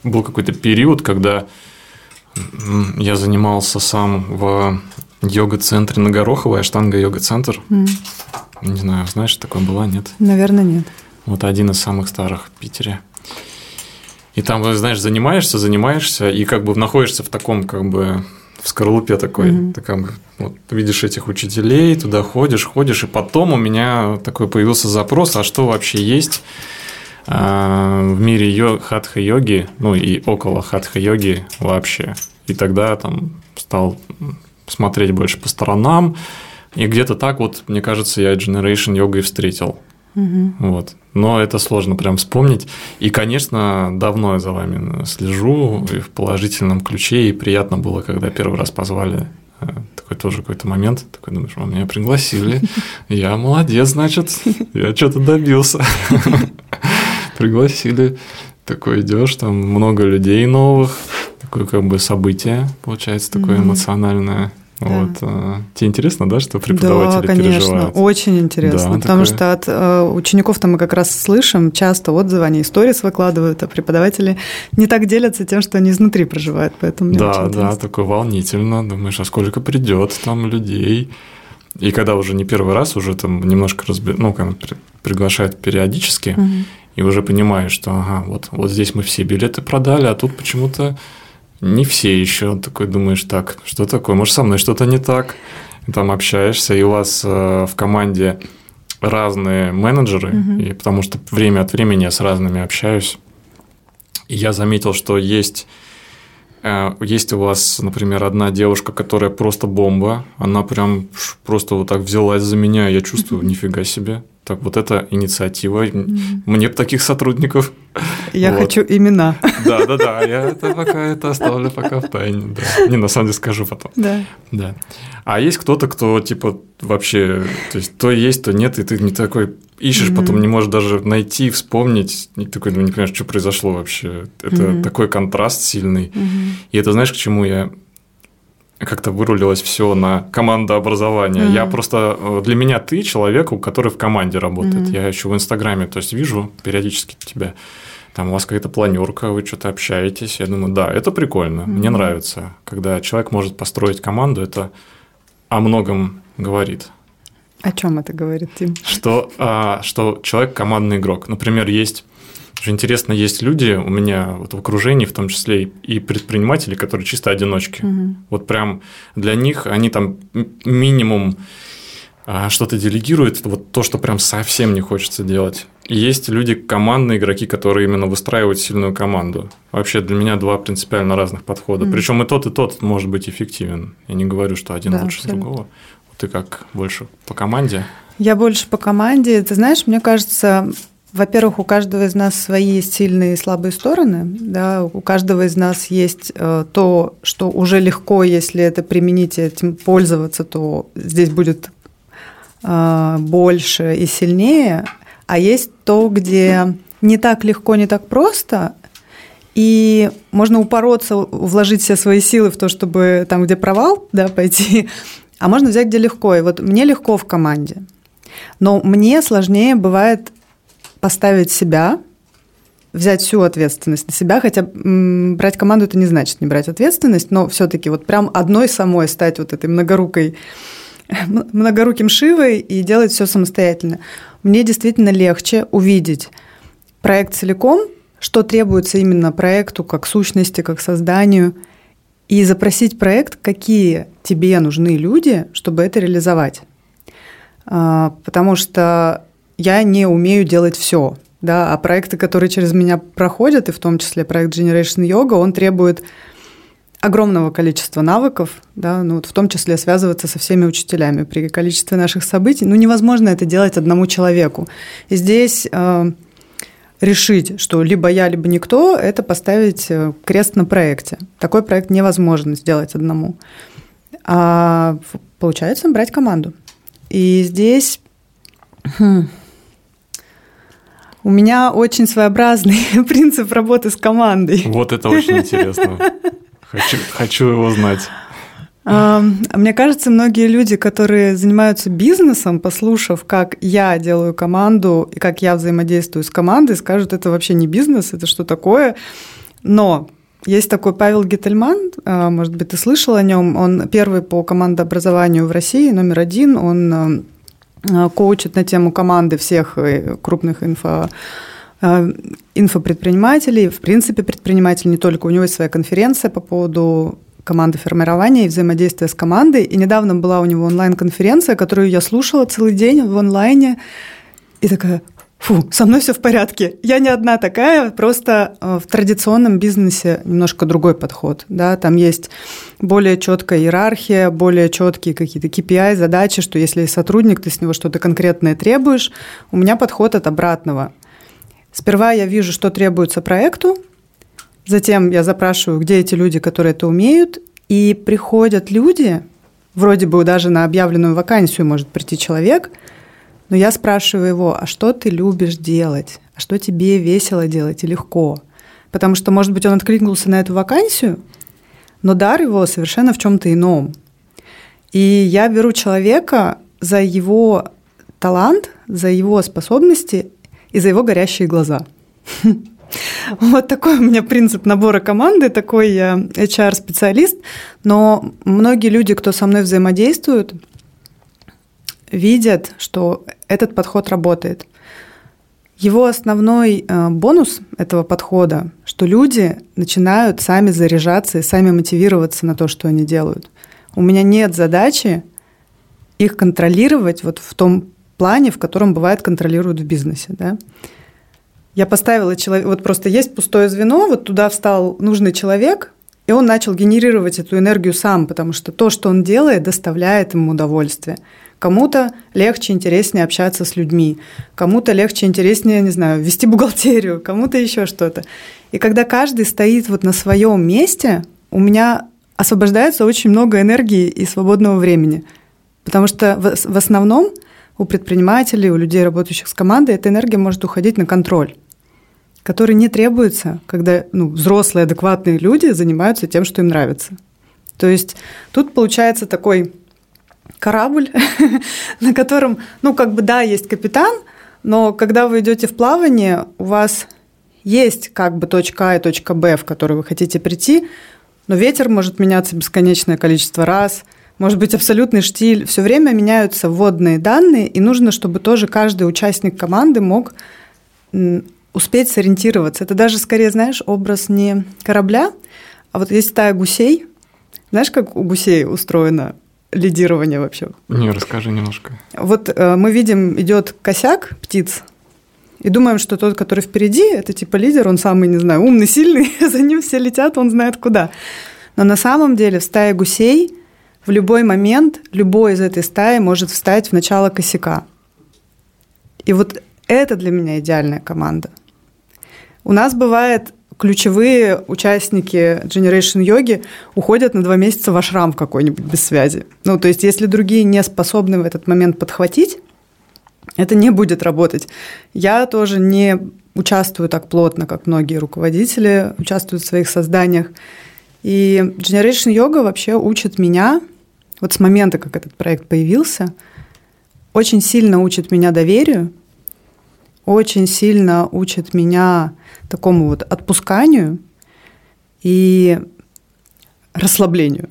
был какой-то период, когда я занимался сам в йога-центре на Гороховой, Аштанга-йога-центр. Не знаю, знаешь, такое было, нет? Наверное, нет. Вот один из самых старых в Питере. И там, знаешь, занимаешься, и как бы находишься в таком, как бы, в скорлупе такой. Ты как бы, вот, видишь этих учителей, туда ходишь, и потом у меня такой появился запрос, а что вообще есть в мире хатха-йоги, ну и около хатха-йоги вообще. И тогда там стал смотреть больше по сторонам, и где-то так вот, мне кажется, я Generation Yoga и встретил. Вот. Но это сложно прям вспомнить. И, конечно, давно я за вами слежу и в положительном ключе, и приятно было, когда первый раз позвали. Такой тоже какой-то момент, такой думаешь, меня пригласили, я молодец, значит, я что-то добился. Пригласили, такой идешь, там много людей новых, такое как бы событие, получается, такое эмоциональное. Да. Вот. Тебе интересно, да, что преподаватели переживают? Да, конечно, очень интересно, да, потому что от учеников-то мы как раз слышим часто отзывы, они сторис выкладывают, а преподаватели не так делятся тем, что они изнутри проживают, поэтому да, такое волнительно, думаешь, а сколько придет там людей, и когда уже не первый раз, уже там немножко приглашают периодически, и уже понимаешь, что вот здесь мы все билеты продали, а тут почему-то не все еще. Такой думаешь, так, что такое? Может, со мной что-то не так? И там общаешься, и у вас в команде разные менеджеры, и потому что время от времени я с разными общаюсь. И я заметил, что есть у вас, например, одна девушка, которая просто бомба, она прям просто вот так взялась за меня, я чувствую, нифига себе. Так, вот это инициатива. Мне бы таких сотрудников. Я хочу имена. Да, я это оставлю пока в тайне. Да. Не, на самом деле скажу потом. Да. А есть кто-то, кто типа вообще, то есть то есть, то нет, и ты не такой ищешь, потом не можешь даже найти, вспомнить, и такой не понимаешь, что произошло вообще. Это такой контраст сильный. И это знаешь, к чему я как-то вырулилось все на командообразование. Я просто для меня ты человек, который в команде работает. Я еще в Инстаграме, то есть вижу периодически тебя. Там у вас какая-то планерка, вы что-то общаетесь. Я думаю, да, это прикольно, мне нравится. Когда человек может построить команду, это о многом говорит. О чем это говорит, Тим? Что человек командный игрок. Например, есть люди у меня вот в окружении, в том числе и предприниматели, которые чисто одиночки. Вот прям для них они там минимум что-то делегируют, вот то, что прям совсем не хочется делать. И есть люди, командные игроки, которые именно выстраивают сильную команду. Вообще для меня два принципиально разных подхода. Причем и тот может быть эффективен. Я не говорю, что один лучше другого. Ты как, больше по команде? Я больше по команде. Ты знаешь, мне кажется, во-первых, у каждого из нас свои сильные и слабые стороны. Да? У каждого из нас есть то, что уже легко, если это применить и этим пользоваться, то здесь будет больше и сильнее. А есть то, где не так легко, не так просто, и можно упороться, вложить все свои силы в то, чтобы там, где провал, да, пойти, а можно взять, где легко. И вот мне легко в команде, но мне сложнее бывает поставить себя, взять всю ответственность на себя, хотя брать команду – это не значит не брать ответственность, но все-таки вот прям одной самой стать вот этой многоруким Шивой и делать все самостоятельно. Мне действительно легче увидеть проект целиком, что требуется именно проекту, как сущности, как созданию, и запросить проект, какие тебе нужны люди, чтобы это реализовать. Потому что я не умею делать все, да, а проекты, которые через меня проходят, и в том числе проект Generation Yoga, он требует огромного количества навыков, да, ну, вот в том числе связываться со всеми учителями. При количестве наших событий невозможно это делать одному человеку. И здесь решить, что либо я, либо никто, это поставить крест на проекте. Такой проект невозможно сделать одному. А получается брать команду. И здесь у меня очень своеобразный принцип работы с командой. Вот это очень интересно. Хочу его знать. Мне кажется, многие люди, которые занимаются бизнесом, послушав, как я делаю команду и как я взаимодействую с командой, скажут, это вообще не бизнес, это что такое? Но есть такой Павел Гительман, может быть, ты слышал о нем, он первый по командообразованию в России, номер 1, он коучит на тему команды всех крупных инфопредпринимателей, в принципе, предпринимателей не только, у него есть своя конференция по поводу команды формирования и взаимодействия с командой, и недавно была у него онлайн-конференция, которую я слушала целый день в онлайне, и такая... Фу, со мной все в порядке. Я не одна такая, просто в традиционном бизнесе немножко другой подход. Да? Там есть более четкая иерархия, более четкие какие-то KPI, задачи, что если сотрудник, ты с него что-то конкретное требуешь. У меня подход от обратного. Сперва я вижу, что требуется проекту, затем я запрашиваю, где эти люди, которые это умеют, и приходят люди, вроде бы даже на объявленную вакансию может прийти человек, но я спрашиваю его, а что ты любишь делать? А что тебе весело делать и легко? Потому что, может быть, он откликнулся на эту вакансию, но дар его совершенно в чем-то ином. И я беру человека за его талант, за его способности и за его горящие глаза. Вот такой у меня принцип набора команды, такой я HR-специалист. Но многие люди, кто со мной взаимодействуют, видят, что этот подход работает. Его основной бонус этого подхода, что люди начинают сами заряжаться и сами мотивироваться на то, что они делают. У меня нет задачи их контролировать вот в том плане, в котором бывает контролируют в бизнесе. Да? Я поставила человека, вот просто есть пустое звено, вот туда встал нужный человек, и он начал генерировать эту энергию сам, потому что то, что он делает, доставляет ему удовольствие. Кому-то легче, интереснее общаться с людьми, кому-то легче, интереснее, не знаю, вести бухгалтерию, кому-то еще что-то. И когда каждый стоит вот на своем месте, у меня освобождается очень много энергии и свободного времени. Потому что в основном у предпринимателей, у людей, работающих с командой, эта энергия может уходить на контроль, который не требуется, когда взрослые, адекватные люди занимаются тем, что им нравится. То есть тут получается такой корабль, на котором, есть капитан, но когда вы идете в плавание, у вас есть точка А и точка Б, в которую вы хотите прийти, но ветер может меняться бесконечное количество раз, может быть абсолютный штиль, все время меняются вводные данные, и нужно, чтобы тоже каждый участник команды мог успеть сориентироваться. Это даже скорее, знаешь, образ не корабля, а вот есть стая гусей. Знаешь, как у гусей устроено лидирование вообще? Не, расскажи немножко. Вот мы видим, идет косяк птиц, и думаем, что тот, который впереди, это типа лидер, он самый, не знаю, умный, сильный, за ним все летят, он знает куда. Но на самом деле в стае гусей в любой момент любой из этой стаи может встать в начало косяка. И вот это для меня идеальная команда. У нас бывает, ключевые участники Generation Yogi уходят на 2 месяца в ашрам какой-нибудь без связи. То есть, если другие не способны в этот момент подхватить, это не будет работать. Я тоже не участвую так плотно, как многие руководители участвуют в своих созданиях. И Generation Yoga вообще учит меня, вот с момента, как этот проект появился, очень сильно учит меня доверию, очень сильно учит меня такому вот отпусканию и расслаблению.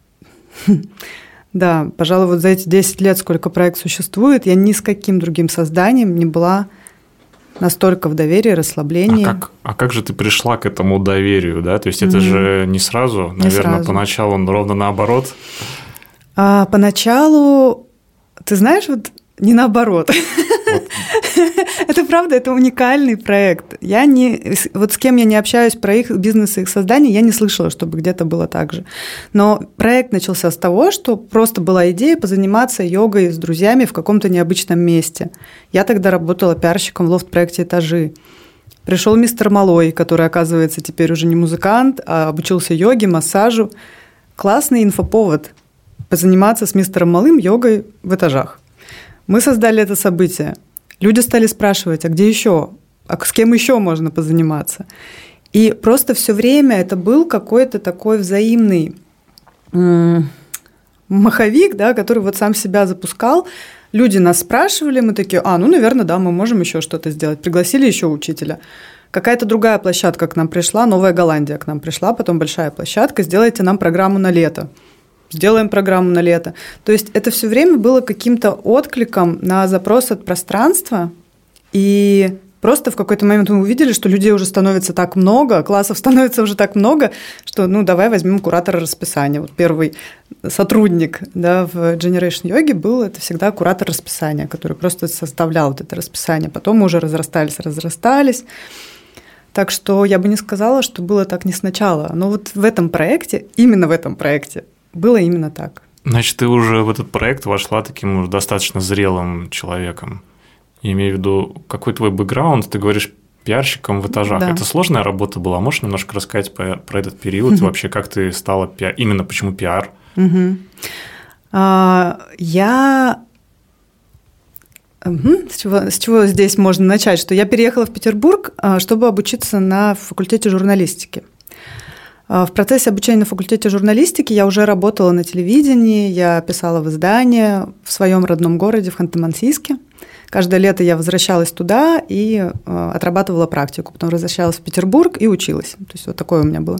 Да, пожалуй, вот за эти 10 лет, сколько проект существует, я ни с каким другим созданием не была настолько в доверии, расслаблении. А как же ты пришла к этому доверию, да? То есть это же не сразу, наверное, поначалу ровно наоборот. Поначалу, ты знаешь, вот не наоборот. Это правда, это уникальный проект. Вот с кем я не общаюсь про их бизнес и их создание, я не слышала, чтобы где-то было так же. Но проект начался с того, что просто была идея позаниматься йогой с друзьями в каком-то необычном месте. Я тогда работала пиарщиком в лофт-проекте «Этажи». Пришел мистер Малой, который, оказывается, теперь уже не музыкант, а обучился йоге, массажу. Классный инфоповод позаниматься с мистером Малым йогой в «Этажах». Мы создали это событие. Люди стали спрашивать, а где еще? А с кем еще можно позаниматься? И просто все время это был какой-то такой взаимный маховик, да, который вот сам себя запускал. Люди нас спрашивали, мы такие, наверное, да, мы можем еще что-то сделать. Пригласили еще учителя. Какая-то другая площадка к нам пришла, Новая Голландия к нам пришла, потом большая площадка, сделайте нам программу на лето. Сделаем программу на лето. То есть это все время было каким-то откликом на запрос от пространства, и просто в какой-то момент мы увидели, что людей уже становится так много, классов становится уже так много, что давай возьмем куратора расписания. Вот первый сотрудник, да, в Generation Yogi был это всегда куратор расписания, который просто составлял вот это расписание. Потом мы уже разрастались. Так что я бы не сказала, что было так не сначала. Но вот в этом проекте, именно в этом проекте, было именно так. Значит, ты уже в этот проект вошла таким уже достаточно зрелым человеком. Я имею в виду, какой твой бэкграунд, ты говоришь, пиарщиком в этажах. Да. Это сложная работа была? Можешь немножко рассказать про этот период? Вообще, как ты стала именно почему пиар? С чего здесь можно начать? Что я переехала в Петербург, чтобы обучиться на факультете журналистики. В процессе обучения на факультете журналистики я уже работала на телевидении, я писала в издания в своем родном городе, в Ханты-Мансийске. Каждое лето я возвращалась туда и отрабатывала практику. Потом возвращалась в Петербург и училась. То есть вот такое у меня было.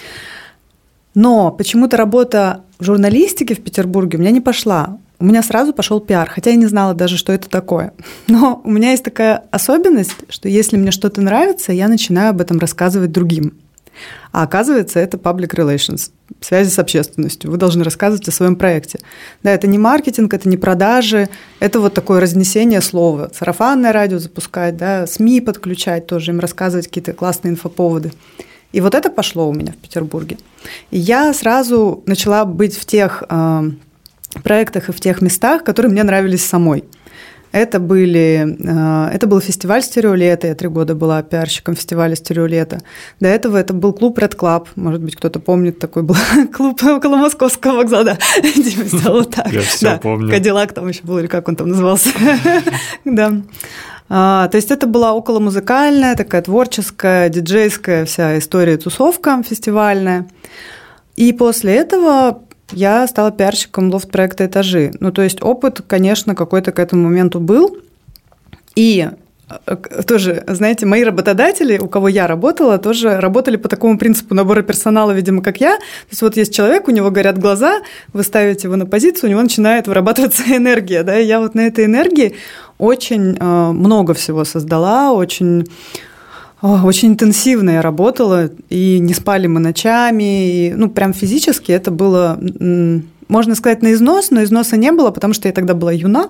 Но почему-то работа в журналистике в Петербурге у меня не пошла. У меня сразу пошел пиар, хотя я не знала даже, что это такое. Но у меня есть такая особенность, что если мне что-то нравится, я начинаю об этом рассказывать другим. А оказывается, это public relations, связи с общественностью. Вы должны рассказывать о своем проекте. Да, это не маркетинг, это не продажи, это вот такое разнесение слова. Сарафанное радио запускать, да, СМИ подключать тоже, им рассказывать какие-то классные инфоповоды. И вот это пошло у меня в Петербурге. И я сразу начала быть в тех проектах и в тех местах, которые мне нравились самой. Это был фестиваль «Стереолето». Я 3 года была пиарщиком фестиваля «Стереолето». До этого это был клуб Red Club. Может быть, кто-то помнит, такой был клуб около Московского вокзала. Да, Дима сделал так. Я все помню. Кадиллак там еще был, или как он там назывался. Да. То есть это была околомузыкальная, такая творческая, диджейская вся история, тусовка фестивальная. И после этого я стала пиарщиком лофт-проекта «Этажи». То есть опыт, конечно, какой-то к этому моменту был. И тоже, знаете, мои работодатели, у кого я работала, тоже работали по такому принципу набора персонала, видимо, как я. То есть вот есть человек, у него горят глаза, вы ставите его на позицию, у него начинает вырабатываться энергия. Да? И я вот на этой энергии очень много всего создала, очень интенсивно я работала, и не спали мы ночами, и, прям физически это было, можно сказать, на износ, но износа не было, потому что я тогда была юна,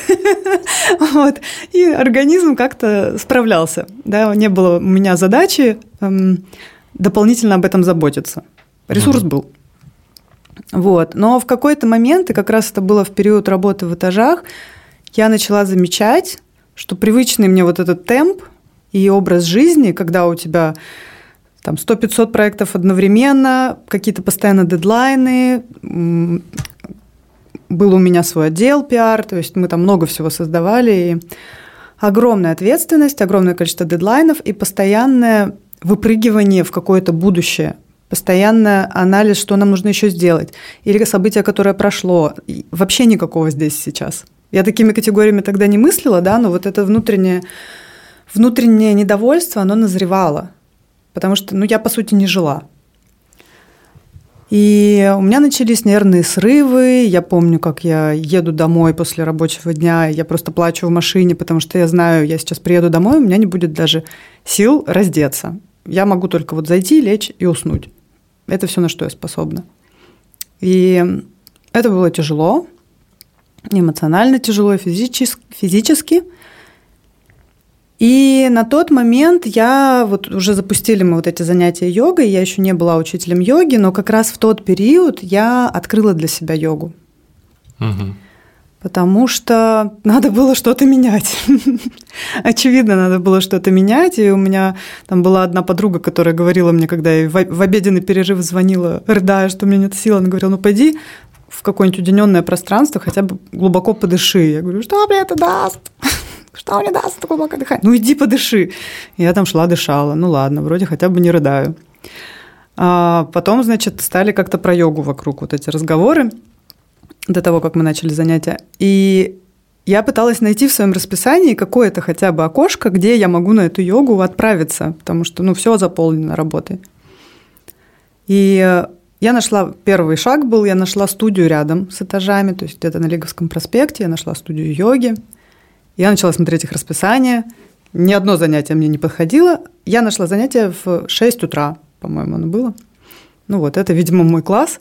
и организм как-то справлялся, да, не было у меня задачи дополнительно об этом заботиться, ресурс был. Но в какой-то момент, и как раз это было в период работы в этажах, я начала замечать, что привычный мне вот этот темп и образ жизни, когда у тебя там 100-500 проектов одновременно, какие-то постоянно дедлайны, был у меня свой отдел пиар, то есть мы там много всего создавали, и огромная ответственность, огромное количество дедлайнов и постоянное выпрыгивание в какое-то будущее, постоянный анализ, что нам нужно еще сделать, или событие, которое прошло, и вообще никакого здесь сейчас. Я такими категориями тогда не мыслила, да, но вот это внутреннее недовольство, оно назревало, потому что, я, по сути, не жила. И у меня начались нервные срывы, я помню, как я еду домой после рабочего дня, я просто плачу в машине, потому что я знаю, я сейчас приеду домой, у меня не будет даже сил раздеться. Я могу только зайти, лечь и уснуть. Это все, на что я способна. И это было тяжело, эмоционально тяжело, и физически. И на тот момент уже запустили мы эти занятия йогой, я еще не была учителем йоги, но как раз в тот период я открыла для себя йогу. Угу. Потому что надо было что-то менять. Очевидно, надо было что-то менять. И у меня там была одна подруга, которая говорила мне, когда я в обеденный перерыв звонила, рыдая, что у меня нет сил, она говорила, пойди в какое-нибудь уединенное пространство, хотя бы глубоко подыши. Я говорю, что мне это даст? Что мне даст глубоко дыхать? Иди подыши. Я там шла, дышала. Ладно, вроде хотя бы не рыдаю. А потом, стали как-то про йогу вокруг эти разговоры до того, как мы начали занятия. И я пыталась найти в своем расписании какое-то хотя бы окошко, где я могу на эту йогу отправиться, потому что, все заполнено работой. И я нашла, первый шаг был, я нашла студию рядом с этажами, то есть где-то на Лиговском проспекте, я нашла студию йоги. Я начала смотреть их расписание, ни одно занятие мне не подходило. Я нашла занятие в 6 утра, по-моему, оно было. Это, видимо, мой класс.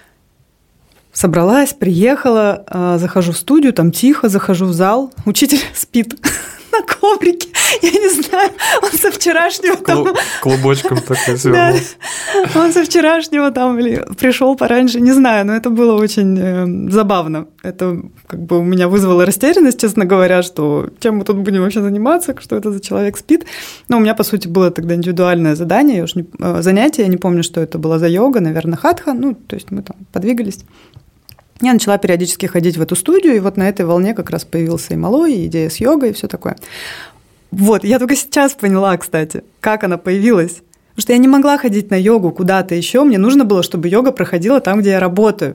Собралась, приехала, захожу в студию, там тихо, захожу в зал. Учитель спит на коврике. Я не знаю, он со вчерашнего там... Клубочком такой свернулся. Да, он со вчерашнего там пришел пораньше, не знаю, но это было очень забавно. Это у меня вызвало растерянность, честно говоря, что чем мы тут будем вообще заниматься, что это за человек спит. Но у меня, по сути, было тогда индивидуальное задание, занятие, я не помню, что это было за йога, наверное, хатха, то есть мы там подвигались. Я начала периодически ходить в эту студию, и на этой волне как раз появился и малой, и идея с йогой, и все такое. Я только сейчас поняла, кстати, как она появилась. Потому что я не могла ходить на йогу куда-то еще, мне нужно было, чтобы йога проходила там, где я работаю.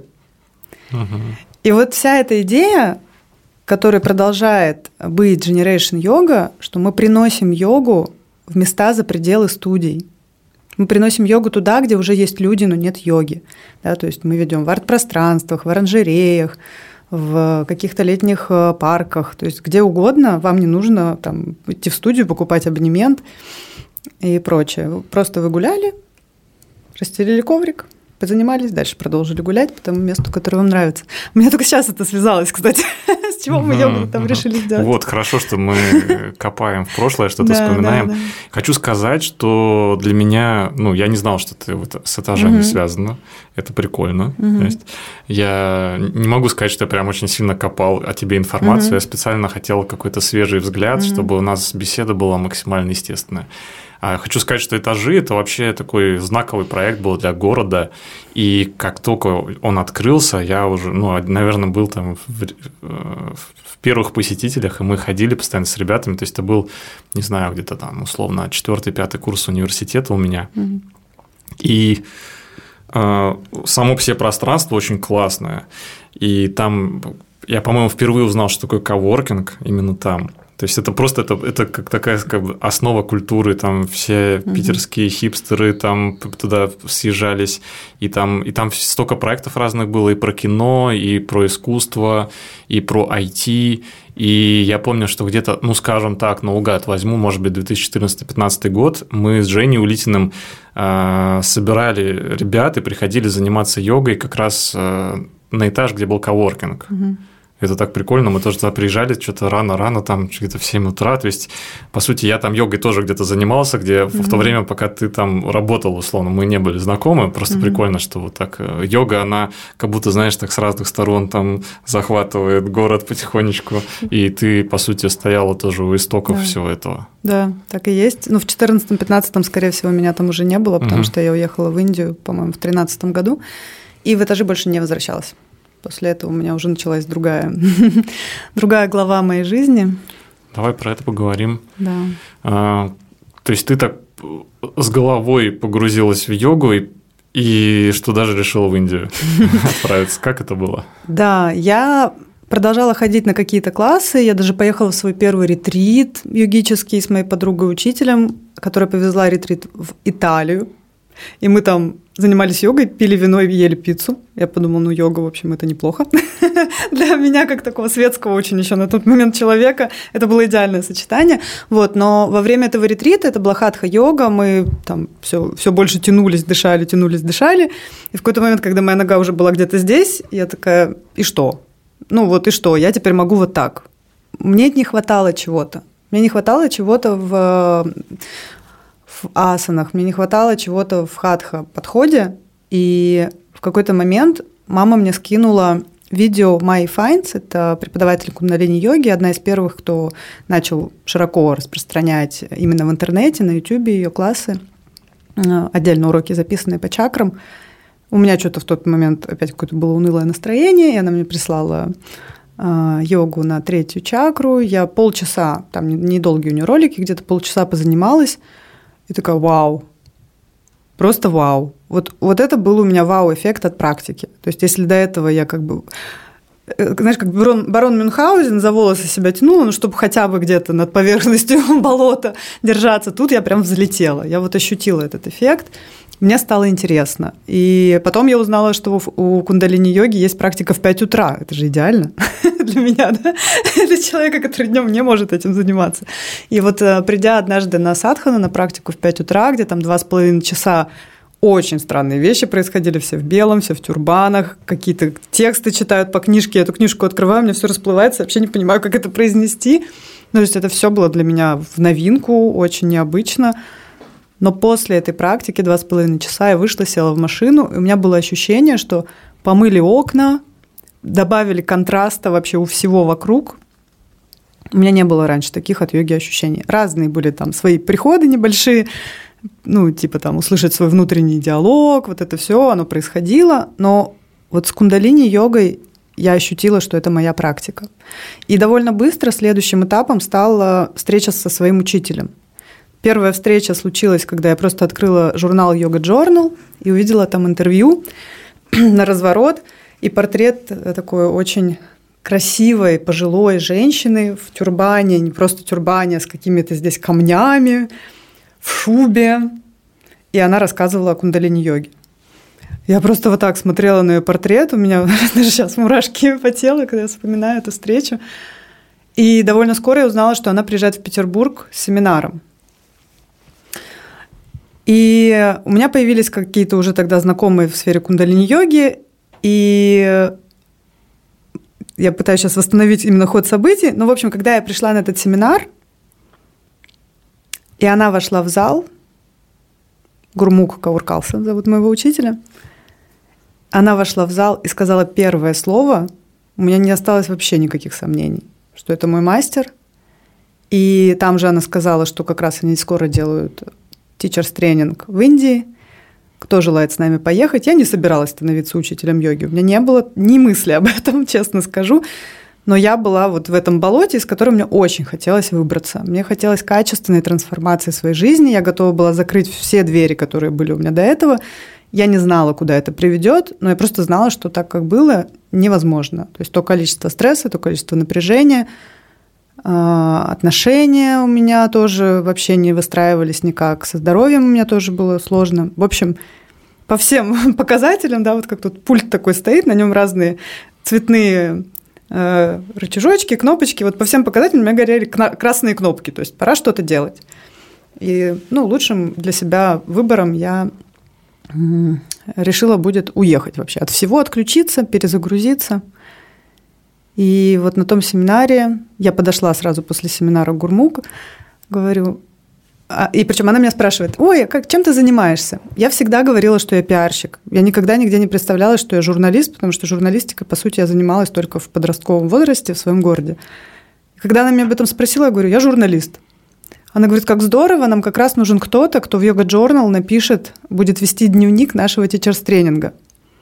И вся эта идея, которая продолжает быть Generation Yoga, что мы приносим йогу в места за пределы студий. Мы приносим йогу туда, где уже есть люди, но нет йоги. Да, то есть мы ведем в арт-пространствах, в оранжереях, в каких-то летних парках, то есть где угодно, вам не нужно идти в студию, покупать абонемент и прочее. Просто вы гуляли, расстелили коврик, позанимались, дальше продолжили гулять по тому месту, которое вам нравится. У меня только сейчас это связалось, кстати, с чего мы йогу там решили сделать. Хорошо, что мы копаем в прошлое, что-то вспоминаем. Да. Хочу сказать, что для меня, я не знал, что это с этажами связано. Это прикольно. То есть я не могу сказать, что я прям очень сильно копал о тебе информацию. Я специально хотел какой-то свежий взгляд, чтобы у нас беседа была максимально естественная. Хочу сказать, что «Этажи» – это вообще такой знаковый проект был для города, и как только он открылся, я уже, наверное, был там в первых посетителях, и мы ходили постоянно с ребятами, то есть это был, не знаю, где-то там условно 4-5 курс университета у меня, и само по себе пространство очень классное, и там я, по-моему, впервые узнал, что такое коворкинг именно там. То есть это просто это как такая основа культуры, там все питерские хипстеры там туда съезжались, и там столько проектов разных было, и про кино, и про искусство, и про IT, и я помню, что где-то, скажем так, наугад возьму, может быть, 2014-2015 год, мы с Женей Улитиным собирали ребят и приходили заниматься йогой как раз на этаж, где был коворкинг. Это так прикольно, мы тоже туда приезжали, что-то рано-рано, там где-то в 7 утра, то есть, по сути, я там йогой тоже где-то занимался, где в то время, пока ты там работал, условно, мы не были знакомы, просто прикольно, что вот так йога, она как будто, знаешь, так с разных сторон там захватывает город потихонечку, и ты, по сути, стояла тоже у истоков всего этого. Да, так и есть. В 2014-2015, скорее всего, меня там уже не было, потому что я уехала в Индию, по-моему, в 2013 году, и в «Этажи» больше не возвращалась. После этого у меня уже началась другая глава моей жизни. Давай про это поговорим. Да. То есть ты так с головой погрузилась в йогу и что даже решила в Индию отправиться. Как это было? Да, я продолжала ходить на какие-то классы. Я даже поехала в свой первый ретрит йогический с моей подругой-учителем, которая повезла ретрит в Италию. И мы там занимались йогой, пили вино и ели пиццу. Я подумала, йога, в общем, это неплохо. Для меня, как такого светского очень еще на тот момент человека, это было идеальное сочетание. Но во время этого ретрита, это была хатха-йога, мы там все больше тянулись, дышали. И в какой-то момент, когда моя нога уже была где-то здесь, я такая, и что? И что? Я теперь могу вот так. Мне не хватало чего-то. Мне не хватало чего-то в асанах, мне не хватало чего-то в хатха-подходе, и в какой-то момент мама мне скинула видео Майи Файнс, это преподаватель кундалини-йоги, одна из первых, кто начал широко распространять именно в интернете, на Ютубе ее классы, отдельно уроки, записанные по чакрам. У меня что-то в тот момент опять какое-то было унылое настроение, и она мне прислала йогу на 3-ю чакру, я полчаса, там недолгие у нее ролики, где-то полчаса позанималась, и такая, вау, просто вау. Вот это был у меня вау-эффект от практики. То есть если до этого я знаешь, как барон Мюнхгаузен за волосы себя тянула, ну, чтобы хотя бы где-то над поверхностью болота держаться. Тут я прям взлетела. Я вот ощутила этот эффект. Мне стало интересно. И потом я узнала, что у кундалини-йоги есть практика в 5 утра. Это же идеально для меня, да? Для человека, который днем не может этим заниматься. И вот придя однажды на садхану, на практику в 5 утра, где там 2,5 часа, очень странные вещи происходили, все в белом, все в тюрбанах, какие-то тексты читают по книжке, я эту книжку открываю, у меня все расплывается, вообще не понимаю, как это произнести. Ну, то есть это все было для меня в новинку, очень необычно. Но после этой практики 2,5 часа я вышла, села в машину, и у меня было ощущение, что помыли окна, добавили контраста вообще у всего вокруг. У меня не было раньше таких от йоги ощущений. Разные были там свои приходы небольшие, ну, типа там услышать свой внутренний диалог, вот это все, оно происходило. Но вот с кундалини-йогой я ощутила, что это моя практика. И довольно быстро следующим этапом стала встреча со своим учителем. Первая встреча случилась, когда я просто открыла журнал Yoga Journal и увидела там интервью на разворот и портрет такой очень красивой пожилой женщины в тюрбане, не просто тюрбане, а с какими-то здесь камнями, в шубе. И она рассказывала о кундалини-йоге. Я просто вот так смотрела на ее портрет, у меня даже сейчас мурашки по телу, когда я вспоминаю эту встречу. И довольно скоро я узнала, что она приезжает в Петербург с семинаром. И у меня появились какие-то уже тогда знакомые в сфере кундалини-йоги, и я пытаюсь сейчас восстановить именно ход событий, но, в общем, когда я пришла на этот семинар, и она вошла в зал, Гурмух Кауркалсон зовут моего учителя, она вошла в зал и сказала первое слово, у меня не осталось вообще никаких сомнений, что это мой мастер, и там же она сказала, что как раз они скоро делают Teachers тренинг в Индии. Кто желает с нами поехать? Я не собиралась становиться учителем йоги. У меня не было ни мысли об этом, честно скажу. Но я была вот в этом болоте, из которого мне очень хотелось выбраться. Мне хотелось качественной трансформации своей жизни. Я готова была закрыть все двери, которые были у меня до этого. Я не знала, куда это приведет, но я просто знала, что так, как было, невозможно. То есть то количество стресса, то количество напряжения, отношения у меня тоже вообще не выстраивались никак. Со здоровьем у меня тоже было сложно. В общем, по всем показателям, да, вот как тут пульт такой стоит, на нем разные цветные рычажочки, кнопочки. Вот по всем показателям у меня горели красные кнопки, то есть пора что-то делать. И лучшим для себя выбором я решила будет уехать вообще от всего, отключиться, перезагрузиться. И вот на том семинаре я подошла сразу после семинара к Гурмух, говорю, и причем она меня спрашивает: ой, чем ты занимаешься? Я всегда говорила, что я пиарщик. Я никогда нигде не представляла, что я журналист, потому что журналистикой, по сути, я занималась только в подростковом возрасте в своем городе. И когда она меня об этом спросила, я говорю: я журналист. Она говорит: как здорово, нам как раз нужен кто-то, кто в Yoga Journal напишет, будет вести дневник нашего Teachers тренинга.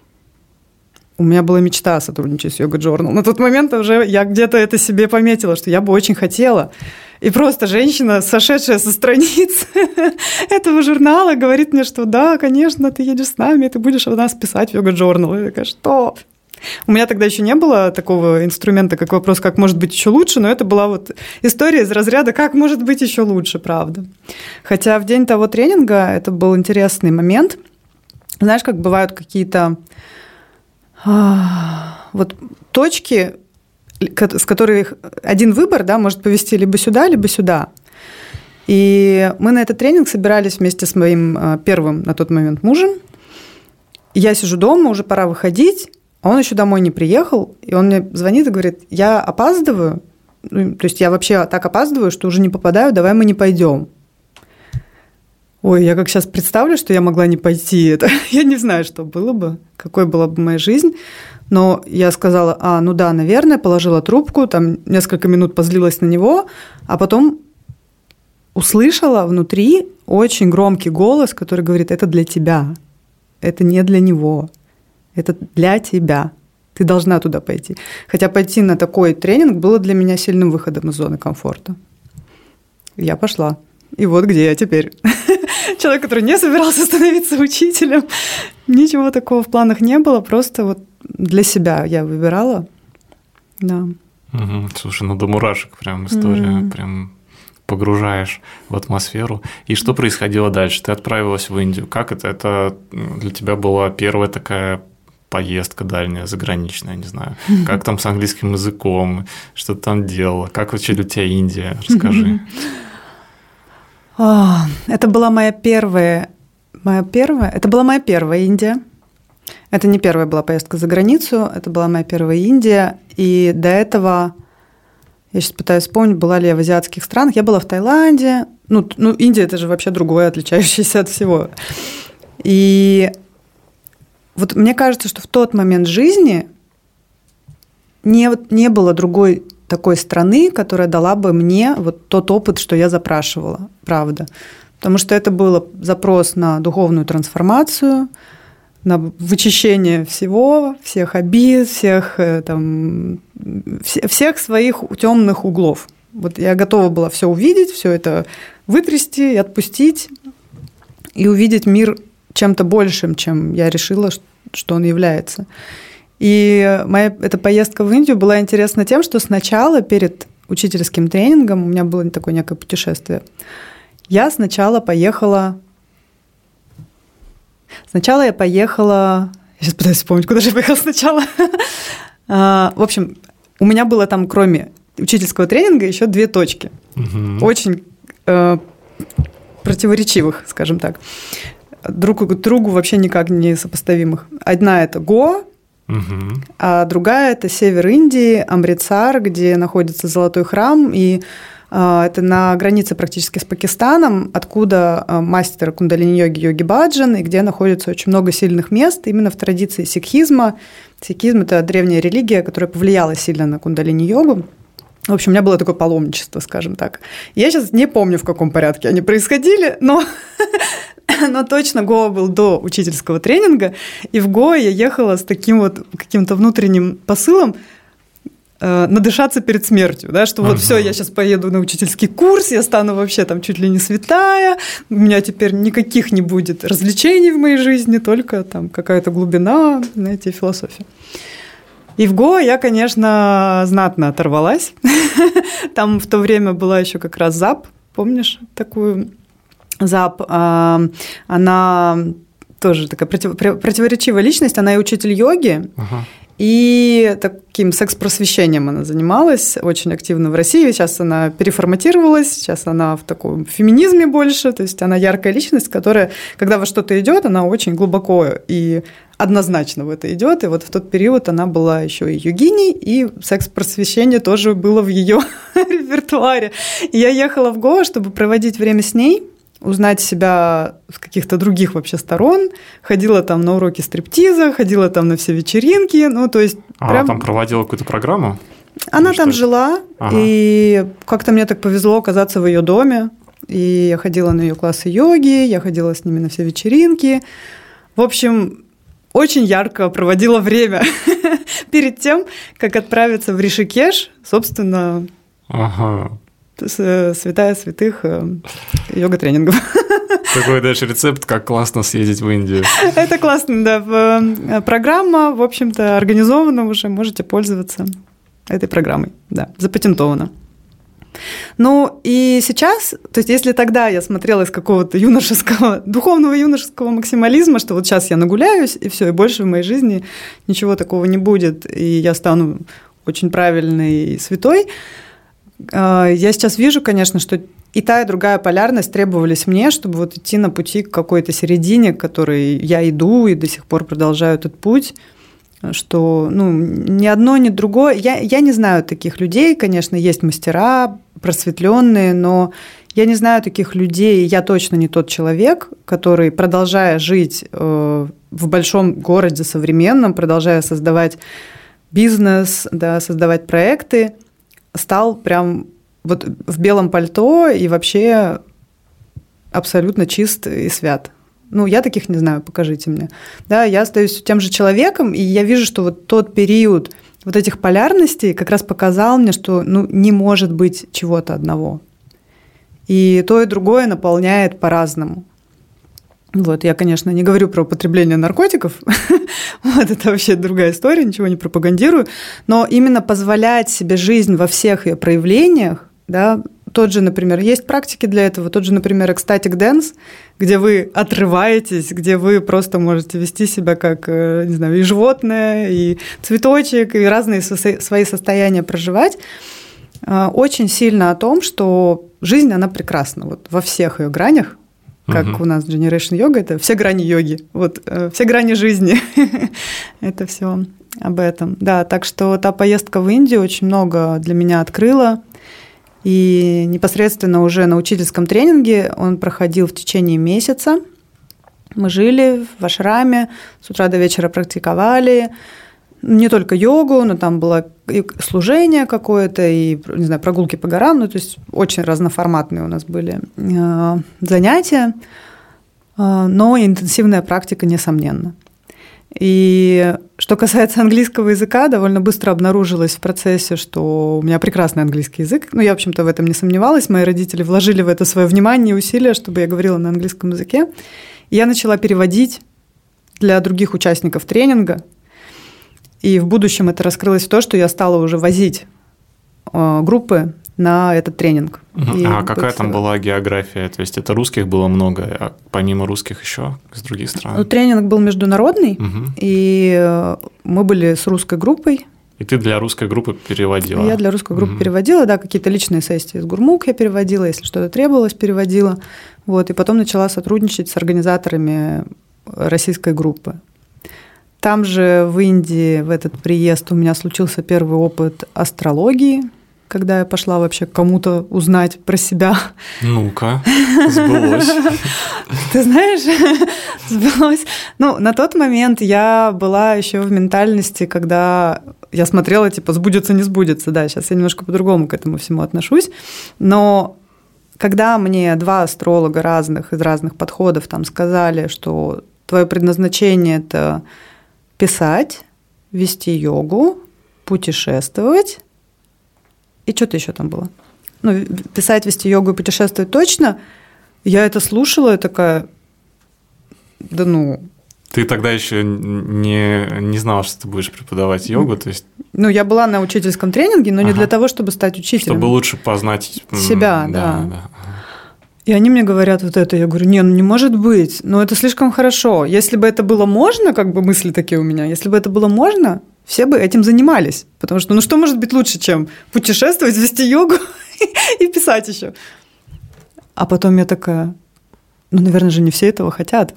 У меня была мечта сотрудничать с Yoga Journal. На тот момент уже я где-то это себе пометила, что я бы очень хотела. И просто женщина, сошедшая со страниц этого журнала, говорит мне, что да, конечно, ты едешь с нами, ты будешь у нас писать в Yoga Journal. Я такая: что? У меня тогда еще не было такого инструмента, как вопрос, как может быть еще лучше, но это была вот история из разряда «как может быть еще лучше», правда. Хотя в день того тренинга это был интересный момент. Знаешь, как бывают какие-то вот точки, с которых один выбор, да, может повести либо сюда, либо сюда. И мы на этот тренинг собирались вместе с моим первым на тот момент мужем. Я сижу дома, уже пора выходить, а он еще домой не приехал, и он мне звонит и говорит: я опаздываю, то есть я вообще так опаздываю, что уже не попадаю, давай мы не пойдем. Ой, я как сейчас представлю, что я могла не пойти, это я не знаю, что было бы, какой была бы моя жизнь, но я сказала: ну да, наверное, положила трубку, там несколько минут позлилась на него, а потом услышала внутри очень громкий голос, который говорит: это для тебя, это не для него, это для тебя, ты должна туда пойти. Хотя пойти на такой тренинг было для меня сильным выходом из зоны комфорта. Я пошла. И вот где я теперь. Человек, который не собирался становиться учителем. Ничего такого в планах не было, просто вот для себя я выбирала Да. Угу. Слушай, ну до мурашек прям история, прям погружаешь в атмосферу. И что происходило дальше? Ты отправилась в Индию. Как это? Это для тебя была первая такая поездка дальняя, заграничная, не знаю. Как там с английским языком? Что ты там делала? Как вообще для тебя Индия? Расскажи. Это была моя первая Индия. Это не первая была поездка за границу, это была моя первая Индия. И до этого, я сейчас пытаюсь вспомнить, была ли я в азиатских странах. Я была в Таиланде. Ну, Индия – это же вообще другое, отличающееся от всего. И вот мне кажется, что в тот момент жизни не было другой такой страны, которая дала бы мне вот тот опыт, что я запрашивала, правда. Потому что это был запрос на духовную трансформацию, на вычищение всех обид, всех своих темных углов. Вот я готова была все увидеть, все это вытрясти и отпустить, и увидеть мир чем-то большим, чем я решила, что он является. И эта поездка в Индию была интересна тем, что сначала, перед учительским тренингом, у меня было такое некое путешествие, я поехала, я сейчас пытаюсь вспомнить, куда же я поехала сначала. В общем, у меня было там, кроме учительского тренинга, еще 2 точки. Очень противоречивых, скажем так. Друг к другу вообще никак не сопоставимых. Одна – это Гоа, а другая – это север Индии, Амритсар, где находится Золотой храм, и это на границе практически с Пакистаном, откуда мастер кундалини-йоги Йоги Баджан, и где находится очень много сильных мест именно в традиции сикхизма. Сикхизм – это древняя религия, которая повлияла сильно на кундалини-йогу. В общем, у меня было такое паломничество, скажем так. Я сейчас не помню, в каком порядке они происходили, но точно Гоа был до учительского тренинга, и в Гоа я ехала с таким вот каким-то внутренним посылом надышаться перед смертью, да, что вот все, я сейчас поеду на учительский курс, я стану вообще там чуть ли не святая, у меня теперь никаких не будет развлечений в моей жизни, только там какая-то глубина, знаете, философия. И в Гоа я, конечно, знатно оторвалась. Там в то время была еще как раз ЗАП, помнишь такую ЗАП? Она тоже такая противоречивая личность, она и учитель йоги, и таким секс-просвещением она занималась очень активно в России. Сейчас она переформатировалась, сейчас она в таком феминизме больше, то есть она яркая личность, которая, когда во что-то идет, она очень глубоко и однозначно в это идет. И вот в тот период она была еще и йогиней, и секс-просвещение тоже было в ее репертуаре. И я ехала в Гоа, чтобы проводить время с ней, узнать себя с каких-то других вообще сторон, ходила там на уроки стриптиза, ходила там на все вечеринки, ну, то есть… Она там проводила какую-то программу? Она там жила, и как-то мне так повезло оказаться в ее доме, и я ходила на ее классы йоги, я ходила с ними на все вечеринки. В общем, очень ярко проводила время перед тем, как отправиться в Ришикеш, собственно… Святая святых йога-тренингов. Такой дальше рецепт, как классно съездить в Индию. Это классно, да. Программа, в общем-то, организована уже, можете пользоваться этой программой, да, запатентована. Ну, и сейчас, то есть если тогда я смотрела из какого-то духовного юношеского максимализма, что вот сейчас я нагуляюсь, и все, и больше в моей жизни ничего такого не будет, и я стану очень правильной и святой, я сейчас вижу, конечно, что и та, и другая полярность требовались мне, чтобы вот идти на пути к какой-то середине, к которой я иду и до сих пор продолжаю этот путь, что ни одно, ни другое. Я не знаю таких людей, конечно, есть мастера просветленные, но я не знаю таких людей, я точно не тот человек, который, продолжая жить в большом городе современном, продолжая создавать бизнес, да, создавать проекты, стал прям вот в белом пальто и вообще абсолютно чист и свят. Я таких не знаю, покажите мне. Да, я остаюсь тем же человеком, и я вижу, что вот тот период вот этих полярностей как раз показал мне, что не может быть чего-то одного. И то, и другое наполняет по-разному. Вот, я, конечно, не говорю про употребление наркотиков, вот это вообще другая история, ничего не пропагандирую, но именно позволять себе жизнь во всех ее проявлениях, да, тот же, например, есть практики для этого, тот же, например, ecstatic dance, где вы отрываетесь, где вы просто можете вести себя как, не знаю, и животное, и цветочек, и разные свои состояния проживать, очень сильно о том, что жизнь, она прекрасна вот во всех ее гранях, как у нас Generation Yoga, это все грани йоги, вот все грани жизни, это все об этом. Да, так что та поездка в Индию очень много для меня открыла, и непосредственно уже на учительском тренинге он проходил в течение месяца. Мы жили в ашраме, с утра до вечера практиковали, не только йогу, но там было и служение какое-то, и, не знаю, прогулки по горам, ну, то есть очень разноформатные у нас были занятия, но интенсивная практика, несомненно. И что касается английского языка, довольно быстро обнаружилось в процессе, что у меня прекрасный английский язык. Ну, я, в общем-то, в этом не сомневалась. Мои родители вложили в это свое внимание и усилия, чтобы я говорила на английском языке. И я начала переводить для других участников тренинга. И в будущем это раскрылось в то, что я стала уже возить группы на этот тренинг. А какая там была география? То есть это русских было много, а помимо русских еще из других стран? Ну, тренинг был международный, и мы были с русской группой. И ты для русской группы переводила? Я для русской группы переводила, да, какие-то личные сессии с Гурмук я переводила, если что-то требовалось, переводила. Вот, и потом начала сотрудничать с организаторами российской группы. Там же в Индии в этот приезд у меня случился первый опыт астрологии, когда я пошла вообще кому-то узнать про себя. Ну-ка, сбылось. Ты знаешь, сбылось. Ну, на тот момент я была еще в ментальности, когда я смотрела, типа, сбудется, не сбудется. Да, сейчас я немножко по-другому к этому всему отношусь. Но когда мне два астролога разных, из разных подходов там сказали, что твое предназначение – это писать, вести йогу, путешествовать, и что-то еще там было. Ну, писать, вести йогу и путешествовать точно. Я это слушала и такая, да ну... Ты тогда еще не знала, что ты будешь преподавать йогу, то есть... Ну, я была на учительском тренинге, но не для того, чтобы стать учителем. Чтобы лучше познать... Себя, да. И они мне говорят вот это, я говорю, не, ну не может быть, ну это слишком хорошо. Если бы это было можно, как бы мысли такие у меня, если бы это было можно, все бы этим занимались. Потому что, ну что может быть лучше, чем путешествовать, вести йогу и писать еще? А потом я такая, ну, наверное же, не все этого хотят.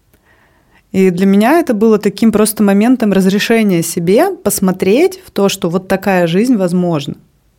И для меня это было таким просто моментом разрешения себе посмотреть в то, что вот такая жизнь возможна.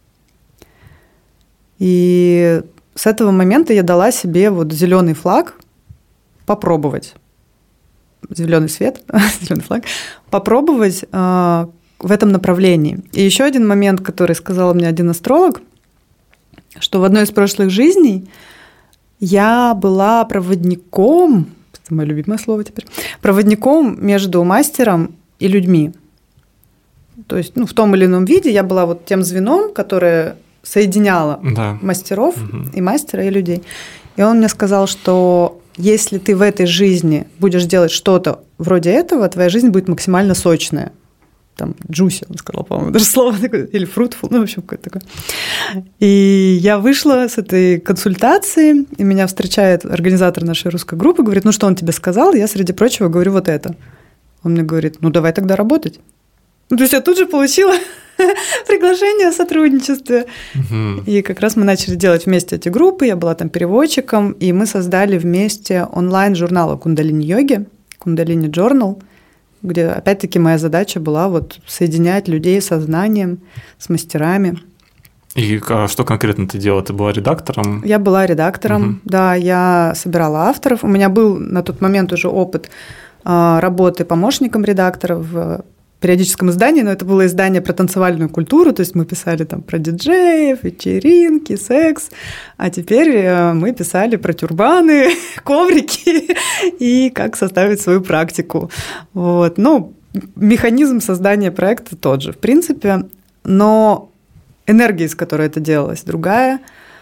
И с этого момента я дала себе вот зеленый флаг попробовать. Зеленый свет, зеленый флаг, попробовать в этом направлении. И еще один момент, который сказал мне один астролог, что в одной из прошлых жизней я была проводником, это мое любимое слово теперь, проводником между мастером и людьми. То есть, ну, в том или ином виде я была вот тем звеном, которое соединяло мастеров и мастера, и людей. И он мне сказал, что если ты в этой жизни будешь делать что-то вроде этого, твоя жизнь будет максимально сочная. Там juicy, он сказал, по-моему, даже слово такое, или fruitful, ну, в общем, какое-то такое. И я вышла с этой консультации, и меня встречает организатор нашей русской группы, говорит, ну, что он тебе сказал? Я, среди прочего, говорю вот это. Он мне говорит, ну, давай тогда работать. Ну, то есть я тут же получила приглашение о сотрудничестве. И как раз мы начали делать вместе эти группы, я была там переводчиком, и мы создали вместе онлайн-журнал о кундалини-йоге, Кундалини Journal, где, опять-таки, моя задача была вот соединять людей со знанием, с мастерами. И что конкретно ты делала? Ты была редактором? Я была редактором, да, я собирала авторов. У меня был на тот момент уже опыт работы помощником редактора в периодическом издании, но это было издание про танцевальную культуру, то есть мы писали там про диджеев, вечеринки, секс, а теперь мы писали про тюрбаны, коврики и как составить свою практику. Вот. Ну, механизм создания проекта тот же, в принципе, но энергия, с которой это делалось, другая.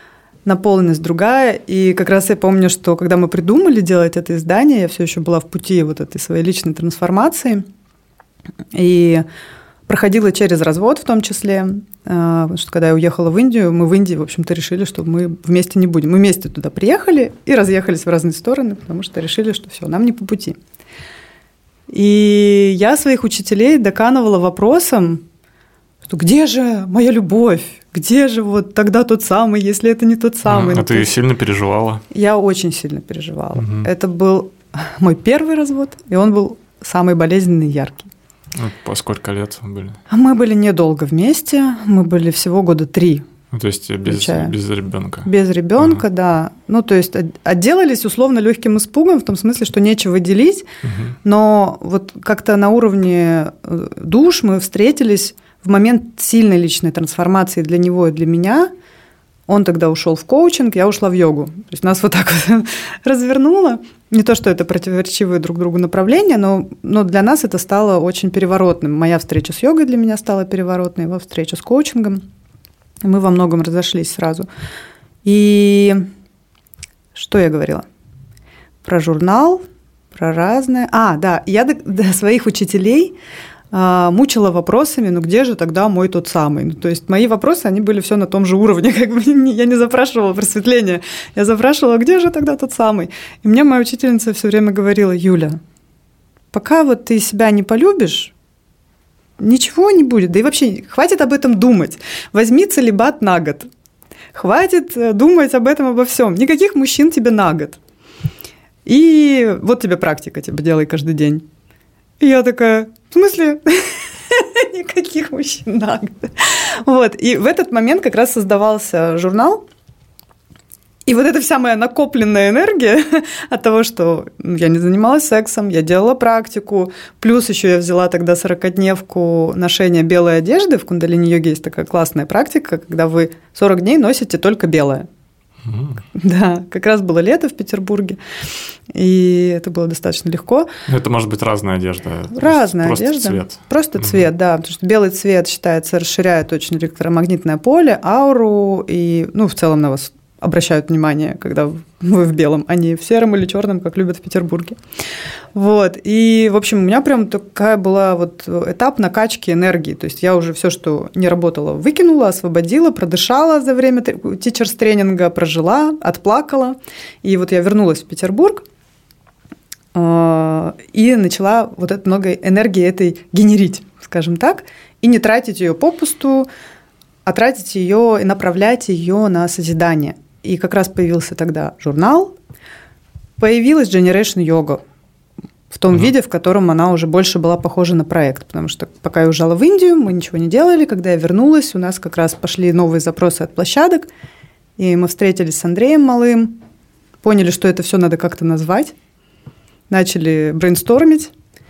наполненность другая. И как раз я помню, что когда мы придумали делать это издание, я все еще была в пути вот этой своей личной трансформации. И проходила через развод в том числе, потому что когда я уехала в Индию, мы в Индии, в общем-то, решили, что мы вместе не будем. Мы вместе туда приехали и разъехались в разные стороны, потому что решили, что все, нам не по пути. И я своих учителей доканывала вопросом, что где же моя любовь? Где же вот тогда тот самый, если это не тот самый? А ты сильно переживала? Я очень сильно переживала. Это был мой первый развод, и он был самый болезненный и яркий. По сколько лет были? Мы были недолго вместе, мы были всего 3 года. То есть без ребенка? Без ребенка, да. Ну, то есть отделались условно легким испугом, в том смысле, что нечего делить, но вот как-то на уровне душ мы встретились в момент сильной личной трансформации для него и для меня. Он тогда ушел в коучинг, я ушла в йогу. То есть нас вот так вот развернуло. Не то, что это противоречивые друг другу направления, но для нас это стало очень переворотным. Моя встреча с йогой для меня стала переворотной, его встреча с коучингом. Мы во многом разошлись сразу. И что я говорила? Про журнал, про разное. Да, я до своих учителей мучила вопросами, где же тогда мой тот самый? То есть мои вопросы, они были все на том же уровне, как бы я не запрашивала просветления, я запрашивала, где же тогда тот самый? И мне моя учительница все время говорила: Юля, пока вот ты себя не полюбишь, ничего не будет, да и вообще хватит об этом думать, возьми целибат на год, хватит думать об этом, обо всем, никаких мужчин тебе на год. И вот тебе практика, делай каждый день. И я такая: в смысле? Никаких мужчин на год. Вот. И в этот момент как раз создавался журнал. И вот эта вся моя накопленная энергия от того, что я не занималась сексом, я делала практику, плюс еще я взяла тогда 40-дневку ношения белой одежды. В кундалини-йоге есть такая классная практика, когда вы 40 дней носите только белое. Да, как раз было лето в Петербурге, и это было достаточно легко. Это может быть разная одежда. Разная просто одежда. Цвет. Просто цвет, да, потому что белый цвет, считается, расширяет очень электромагнитное поле, ауру, и, в целом на вас обращают внимание, когда вы в белом, а не в сером или черном, как любят в Петербурге. Вот. И, в общем, у меня прям такая была этап накачки энергии. То есть я уже все, что не работало, выкинула, освободила, продышала за время тичерс-тренинга, прожила, отплакала. И вот я вернулась в Петербург и начала много энергии этой генерить, скажем так, и не тратить ее попусту, а тратить ее и направлять ее на созидание. И как раз появился тогда журнал, появилась Generation Yoga в том виде, в котором она уже больше была похожа на проект, потому что пока я уезжала в Индию, мы ничего не делали. Когда я вернулась, у нас как раз пошли новые запросы от площадок, и мы встретились с Андреем Малым, поняли, что это все надо как-то назвать, начали брейнстормить,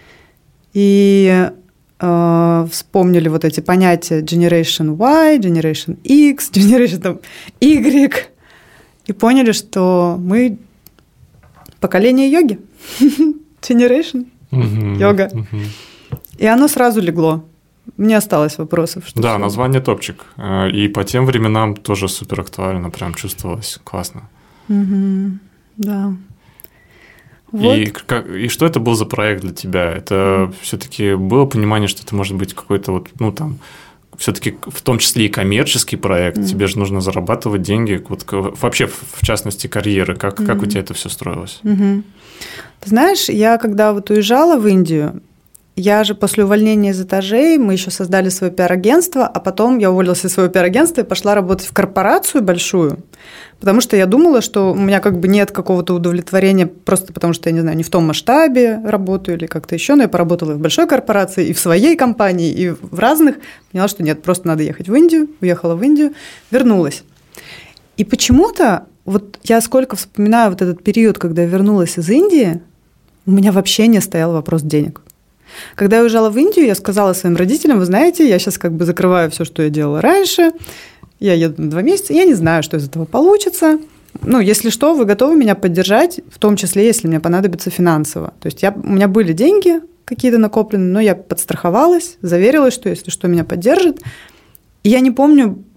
и вспомнили эти понятия Generation Y, Generation X, Generation Y, и поняли, что мы поколение йоги, Generation йога. И оно сразу легло. Не осталось вопросов. Да, название топчик. И по тем временам тоже супер актуально, прям чувствовалось классно. Да. Вот. И что это был за проект для тебя? Это все-таки было понимание, что это может быть какой-то все-таки в том числе и коммерческий проект, тебе же нужно зарабатывать деньги, вообще в частности карьеры. Как у тебя это все строилось? Ты знаешь, я когда уезжала в Индию, я же после увольнения из этажей, мы еще создали свое пиар-агентство, а потом я уволилась из своего пиар-агентства и пошла работать в корпорацию большую, потому что я думала, что у меня нет какого-то удовлетворения просто потому, что я, не знаю, не в том масштабе работаю или как-то еще, но я поработала и в большой корпорации, и в своей компании, и в разных. Поняла, что нет, просто надо ехать в Индию, уехала в Индию, вернулась. И почему-то, я сколько вспоминаю этот период, когда я вернулась из Индии, у меня вообще не стоял вопрос денег. Когда я уезжала в Индию, я сказала своим родителям: вы знаете, я сейчас закрываю все, что я делала раньше, я еду на 2 месяца, я не знаю, что из этого получится. Если что, вы готовы меня поддержать, в том числе, если мне понадобится финансово. То есть у меня были деньги какие-то накопленные, но я подстраховалась, заверилась, что если что, меня поддержат. И я не помню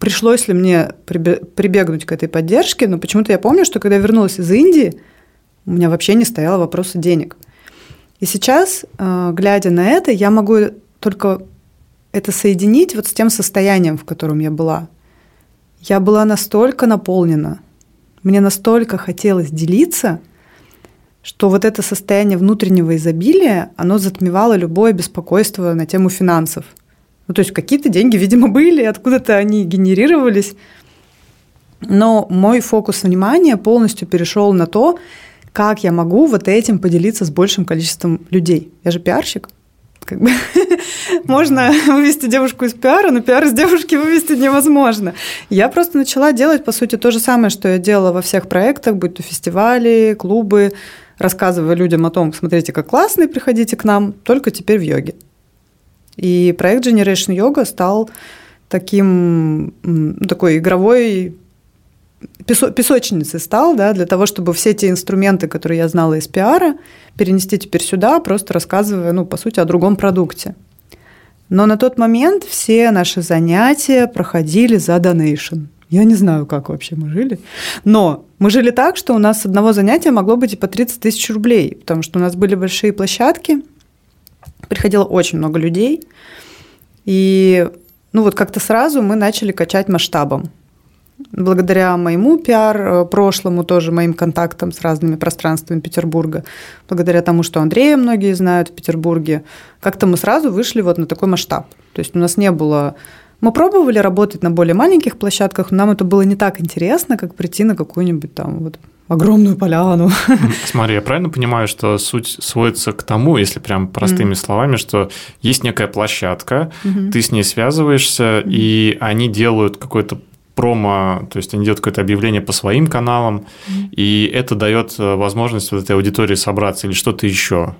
пришлось ли мне прибегнуть к этой поддержке, но почему-то я помню, что когда я вернулась из Индии, у меня вообще не стояло вопроса денег. И сейчас, глядя на это, я могу только это соединить вот с тем состоянием, в котором я была. Я была настолько наполнена, мне настолько хотелось делиться, что вот это состояние внутреннего изобилия, оно затмевало любое беспокойство на тему финансов. Ну, то есть какие-то деньги, видимо, были, откуда-то они генерировались. Но мой фокус внимания полностью перешел на то, как я могу вот этим поделиться с большим количеством людей. Я же пиарщик. Как бы можно вывести девушку из пиара, но пиар из девушки вывести невозможно. Я просто начала делать, по сути, то же самое, что я делала во всех проектах, будь то фестивали, клубы, рассказывая людям о том, смотрите, как классно, приходите к нам, только теперь в йоге. И проект Generation Yoga стал такой игровой песочницей стал, да, для того, чтобы все те инструменты, которые я знала из пиара, перенести теперь сюда, просто рассказывая, по сути, о другом продукте. Но на тот момент все наши занятия проходили за донейшн. Я не знаю, как вообще мы жили, но мы жили так, что у нас с одного занятия могло быть и по 30 тысяч рублей, потому что у нас были большие площадки, приходило очень много людей, и как-то сразу мы начали качать масштабом. Благодаря моему пиар-прошлому, тоже моим контактам с разными пространствами Петербурга, благодаря тому, что Андрея многие знают в Петербурге, как-то мы сразу вышли вот на такой масштаб. То есть у нас не было... Мы пробовали работать на более маленьких площадках, но нам это было не так интересно, как прийти на какую-нибудь там вот огромную поляну. Смотри, я правильно понимаю, что суть сводится к тому, если прям простыми словами, что есть некая площадка, ты с ней связываешься, и они делают какой-то промо, то есть они делают какое-то объявление по своим каналам, и это дает возможность вот этой аудитории собраться или что-то еще.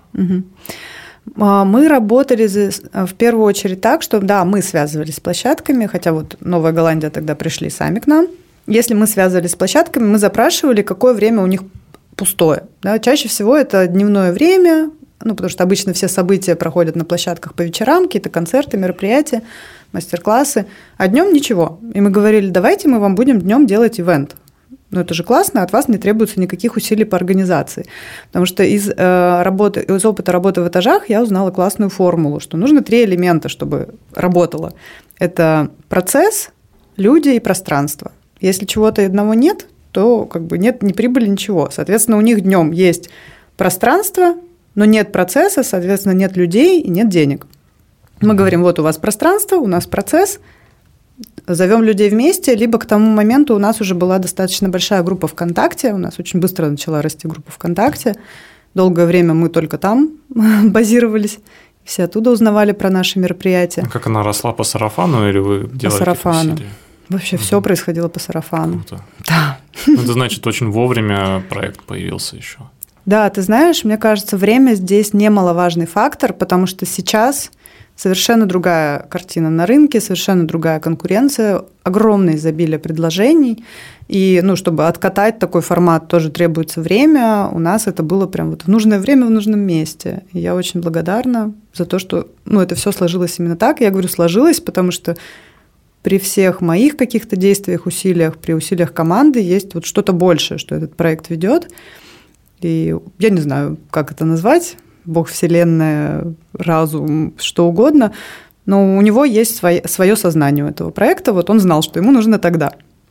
Мы работали в первую очередь так, что, да, мы связывались с площадками, хотя вот Новая Голландия тогда пришли сами к нам. Если мы связывались с площадками, мы запрашивали, какое время у них пустое. Да, чаще всего это дневное время, потому что обычно все события проходят на площадках по вечерам, какие-то концерты, мероприятия, мастер-классы, а днем ничего. И мы говорили, давайте мы вам будем днем делать ивент. Это же классно, от вас не требуется никаких усилий по организации. Потому что из опыта работы в этажах я узнала классную формулу, что нужно 3 элемента, чтобы работало. Это процесс, люди и пространство. Если чего-то одного нет, то нет ни прибыли, ничего. Соответственно, у них днем есть пространство, но нет процесса, соответственно, нет людей и нет денег. Мы говорим, вот у вас пространство, у нас процесс, зовем людей вместе, либо к тому моменту у нас уже была достаточно большая группа ВКонтакте, у нас очень быстро начала расти группа ВКонтакте, долгое время мы только там базировались, все оттуда узнавали про наши мероприятия. Как она росла, по сарафану или вы делали? По сарафану. Вообще все происходило по сарафану. Круто. Да. Это значит, очень вовремя проект появился еще. Да, ты знаешь, мне кажется, время здесь немаловажный фактор, потому что сейчас совершенно другая картина на рынке, совершенно другая конкуренция, огромное изобилие предложений. И чтобы откатать такой формат, тоже требуется время. У нас это было прям вот в нужное время, в нужном месте. И я очень благодарна за то, что это все сложилось именно так. Я говорю, сложилось, потому что при всех моих каких-то действиях, усилиях, при усилиях команды есть вот что-то большее, что этот проект ведет. И я не знаю, как это назвать, Бог, Вселенная, разум, что угодно, но у него есть свое сознание у этого проекта, вот он знал, что ему нужно тогда.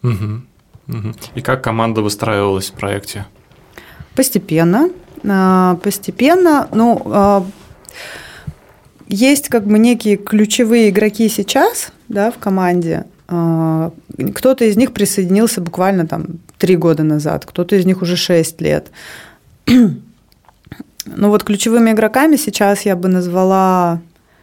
И как команда выстраивалась в проекте? Постепенно. Есть некие ключевые игроки сейчас, да, в команде. Кто-то из них присоединился буквально 3 года назад, кто-то из них уже 6 лет. Ключевыми игроками сейчас я бы назвала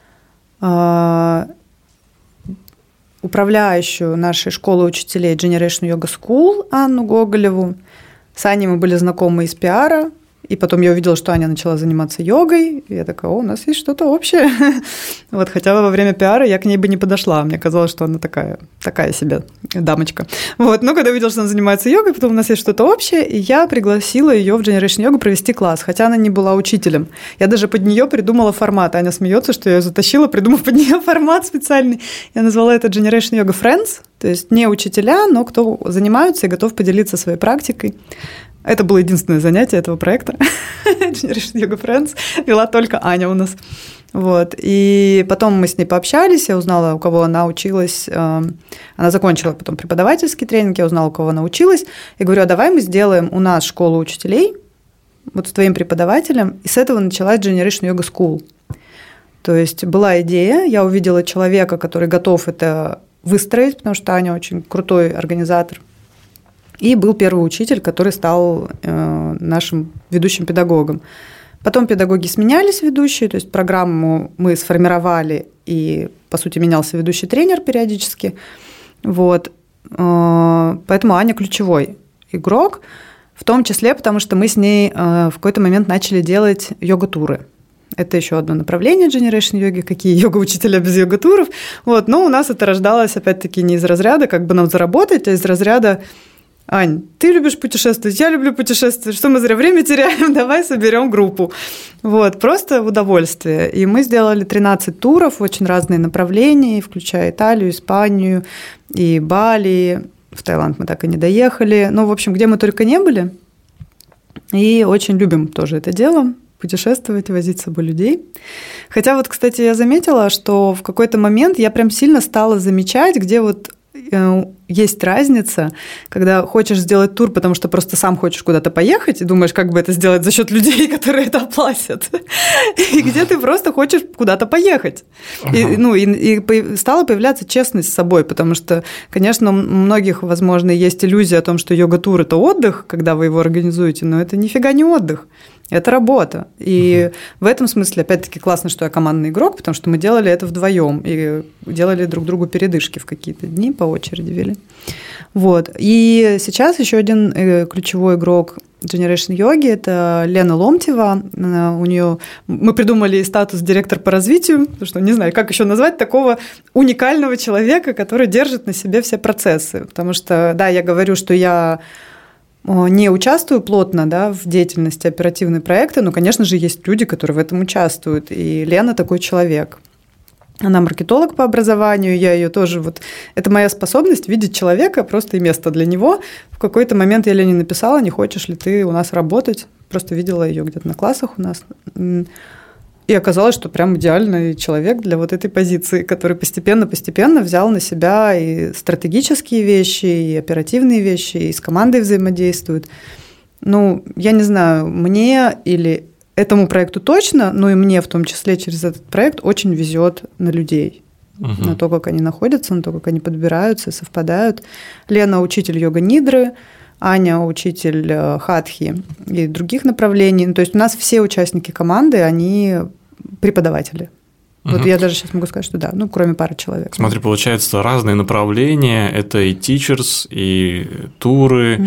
управляющую нашей школы учителей Generation Yoga School Анну Гоголеву. С Аней мы были знакомы из пиара, и потом я увидела, что Аня начала заниматься йогой, и я такая, у нас есть что-то общее. Хотя во время пиара я к ней бы не подошла, мне казалось, что она такая себе дамочка. Но когда увидела, что она занимается йогой, потом у нас есть что-то общее, и я пригласила ее в Generation Yoga провести класс, хотя она не была учителем. Я даже под нее придумала формат. Аня смеется, что я ее затащила, придумав под нее формат специальный. Я назвала это Generation Yoga Friends, То есть не учителя, но кто занимаются и готов поделиться своей практикой. Это было единственное занятие этого проекта. Generation Yoga Friends вела только Аня у нас. Вот. И потом мы с ней пообщались, я узнала, у кого она училась. Она закончила потом преподавательский тренинг, я узнала, у кого она училась. И говорю, а давай мы сделаем у нас школу учителей, вот с твоим преподавателем. И с этого началась Generation Yoga School. То есть была идея, я увидела человека, который готов это выстроить, потому что Аня очень крутой организатор. И был первый учитель, который стал нашим ведущим педагогом. Потом педагоги сменялись, ведущие, то есть программу мы сформировали, и, по сути, менялся ведущий тренер периодически. Вот. Поэтому Аня ключевой игрок, в том числе, потому что мы с ней в какой-то момент начали делать йога-туры. Это еще одно направление Generation йоги, какие йога-учителя без йога-туров. Вот. Но у нас это рождалось, опять-таки, не из разряда, как бы нам заработать, а из разряда Ань, ты любишь путешествовать, я люблю путешествовать, что мы зря время теряем, давай соберем группу. Вот, просто в удовольствие. И мы сделали 13 туров, очень разные направления, включая Италию, Испанию и Бали. В Таиланд мы так и не доехали. Ну, в общем, где мы только не были. И очень любим тоже это дело, путешествовать, возить с собой людей. Хотя вот, кстати, я заметила, что в какой-то момент я прям сильно стала замечать, где вот есть разница, когда хочешь сделать тур, потому что просто сам хочешь куда-то поехать и думаешь, как бы это сделать за счет людей, которые это оплатят, и где ты просто хочешь куда-то поехать. И стала появляться честность с собой, потому что, конечно, у многих, возможно, есть иллюзия о том, что йога-тур – это отдых, когда вы его организуете, но это нифига не отдых. Это работа. И в этом смысле, опять-таки, классно, что я командный игрок, потому что мы делали это вдвоем и делали друг другу передышки в какие-то дни, по очереди вели. Вот. И сейчас еще один ключевой игрок Generation йоги – это Лена Ломтева. У нее мы придумали статус директор по развитию, потому что не знаю, как еще назвать такого уникального человека, который держит на себе все процессы. Потому что, да, я говорю, что я не участвую плотно, да, в деятельности оперативной проекта, но, конечно же, есть люди, которые в этом участвуют, и Лена такой человек. Она маркетолог по образованию, я ее тоже вот... Это моя способность видеть человека, просто и место для него. В какой-то момент я Лене написала, не хочешь ли ты у нас работать? Просто видела ее где-то на классах у нас. И оказалось, что прям идеальный человек для вот этой позиции, который постепенно взял на себя и стратегические вещи, и оперативные вещи, и с командой взаимодействует. Ну, я не знаю, мне или этому проекту точно, но и мне в том числе через этот проект очень везет на людей. На то, как они находятся, на то, как они подбираются и совпадают. Лена – учитель йога-нидры, Аня – учитель хатхи и других направлений. То есть у нас все участники команды, они преподаватели. Вот я даже сейчас могу сказать, что да, ну, кроме пары человек. Смотри, получается, разные направления, это и teachers, и туры,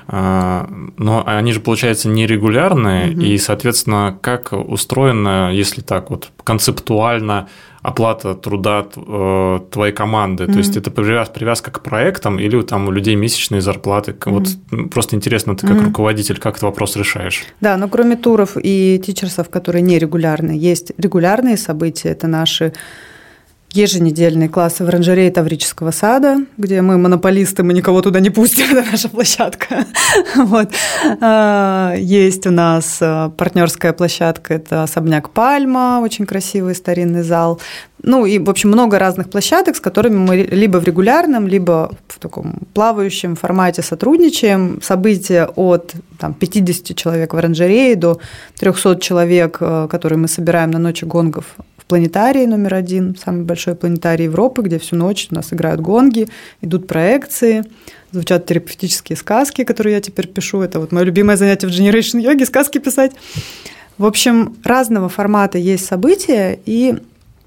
но они же, получается, нерегулярные, и, соответственно, как устроена, если так вот концептуально, оплата труда твоей команды? То есть это привязка к проектам или там у людей месячные зарплаты? Вот просто интересно, ты как руководитель, как этот вопрос решаешь? Да, но кроме туров и тичерсов, которые нерегулярные, есть регулярные события, это наши еженедельные классы в оранжерее Таврического сада, где мы монополисты, мы никого туда не пустим, это наша площадка. Вот. Есть у нас партнерская площадка, это особняк Пальма, очень красивый старинный зал. Ну и, в общем, много разных площадок, с которыми мы либо в регулярном, либо в таком плавающем формате сотрудничаем. События от 50 человек в оранжерее до 300 человек, которые мы собираем на Ночи гонгов в планетарии номер 1, самый большой планетарий Европы, где всю ночь у нас играют гонги, идут проекции, звучат терапевтические сказки, которые я теперь пишу. Это вот мое любимое занятие в Generation йоге – сказки писать. В общем, разного формата есть события, и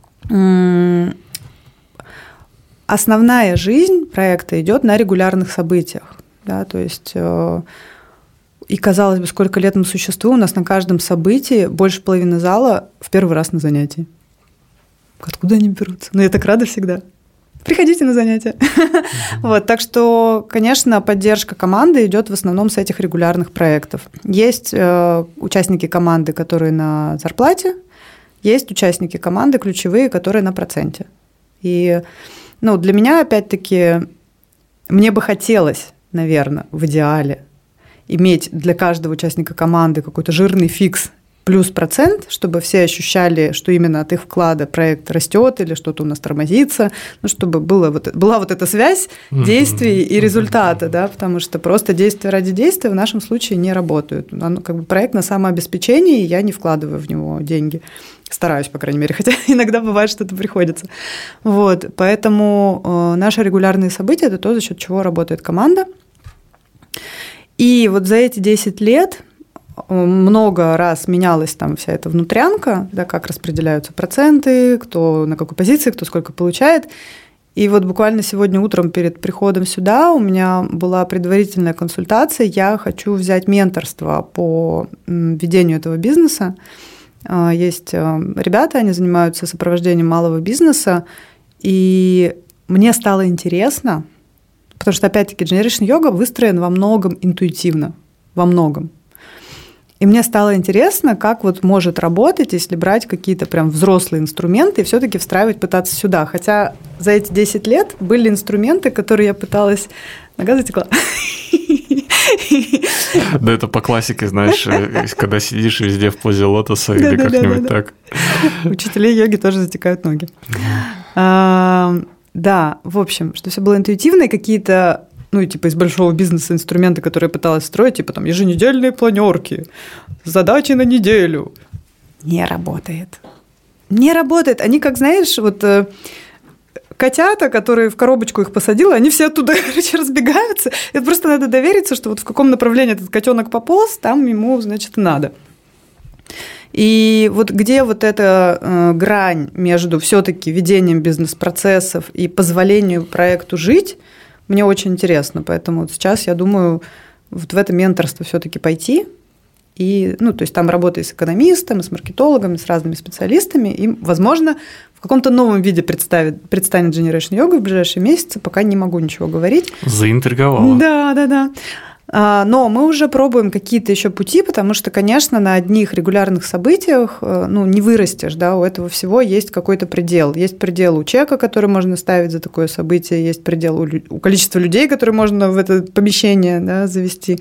основная жизнь проекта идет на регулярных событиях. Да, то есть, и казалось бы, сколько лет мы существуем, у нас на каждом событии больше половины зала в первый раз на занятии. Откуда они берутся? Но я так рада всегда. Приходите на занятия. Вот, так что, конечно, поддержка команды идет в основном с этих регулярных проектов. Есть участники команды, которые на зарплате, есть участники команды ключевые, которые на проценте. И для меня, опять-таки, мне бы хотелось, наверное, в идеале иметь для каждого участника команды какой-то жирный фикс плюс процент, чтобы все ощущали, что именно от их вклада проект растет или что-то у нас тормозится, ну, чтобы была вот эта связь действий и результата, да, потому что просто действия ради действия в нашем случае не работают. Как бы проект на самообеспечении, я не вкладываю в него деньги. Стараюсь, по крайней мере, хотя иногда бывает, что это приходится. Вот, поэтому наши регулярные события – это то, за счет чего работает команда. И вот за эти 10 лет много раз менялась там вся эта внутрянка, да, как распределяются проценты, кто на какой позиции, кто сколько получает. И вот буквально сегодня утром перед приходом сюда у меня была предварительная консультация. Я хочу взять менторство по ведению этого бизнеса. Есть ребята, они занимаются сопровождением малого бизнеса, и мне стало интересно, потому что, опять-таки, Generation Yoga выстроен во многом интуитивно, во многом. И мне стало интересно, как вот может работать, если брать какие-то прям взрослые инструменты и все-таки встраивать, пытаться сюда. Хотя за эти 10 лет были инструменты, которые я пыталась... Нога затекла. Да, это по классике, знаешь, когда сидишь везде в позе лотоса или как-нибудь так. Учителей йоги тоже затекают ноги. Да, в общем, что все было интуитивно, и какие-то, ну, типа из большого бизнеса инструменты, которые я пыталась строить, типа там еженедельные планерки, задачи на неделю. Не работает. Не работает. Они, как знаешь, вот котята, которые в коробочку их посадила, они все оттуда, короче, разбегаются. Это просто надо довериться, что вот в каком направлении этот котенок пополз, там ему, значит, надо. И вот где вот эта грань между все-таки ведением бизнес-процессов и позволением проекту жить, мне очень интересно. Поэтому вот сейчас я думаю вот в это менторство все-таки пойти. И, ну, то есть там работая с экономистом, с маркетологами, с разными специалистами, и, возможно, в каком-то новом виде предстанет Generation Yoga в ближайшие месяцы, пока не могу ничего говорить. Заинтриговала. Да. Но мы уже пробуем какие-то еще пути, потому что, конечно, на одних регулярных событиях ну, не вырастешь, да, у этого всего есть какой-то предел. Есть предел у чека, который можно ставить за такое событие, есть предел у количества людей, которые можно в это помещение, да, завести.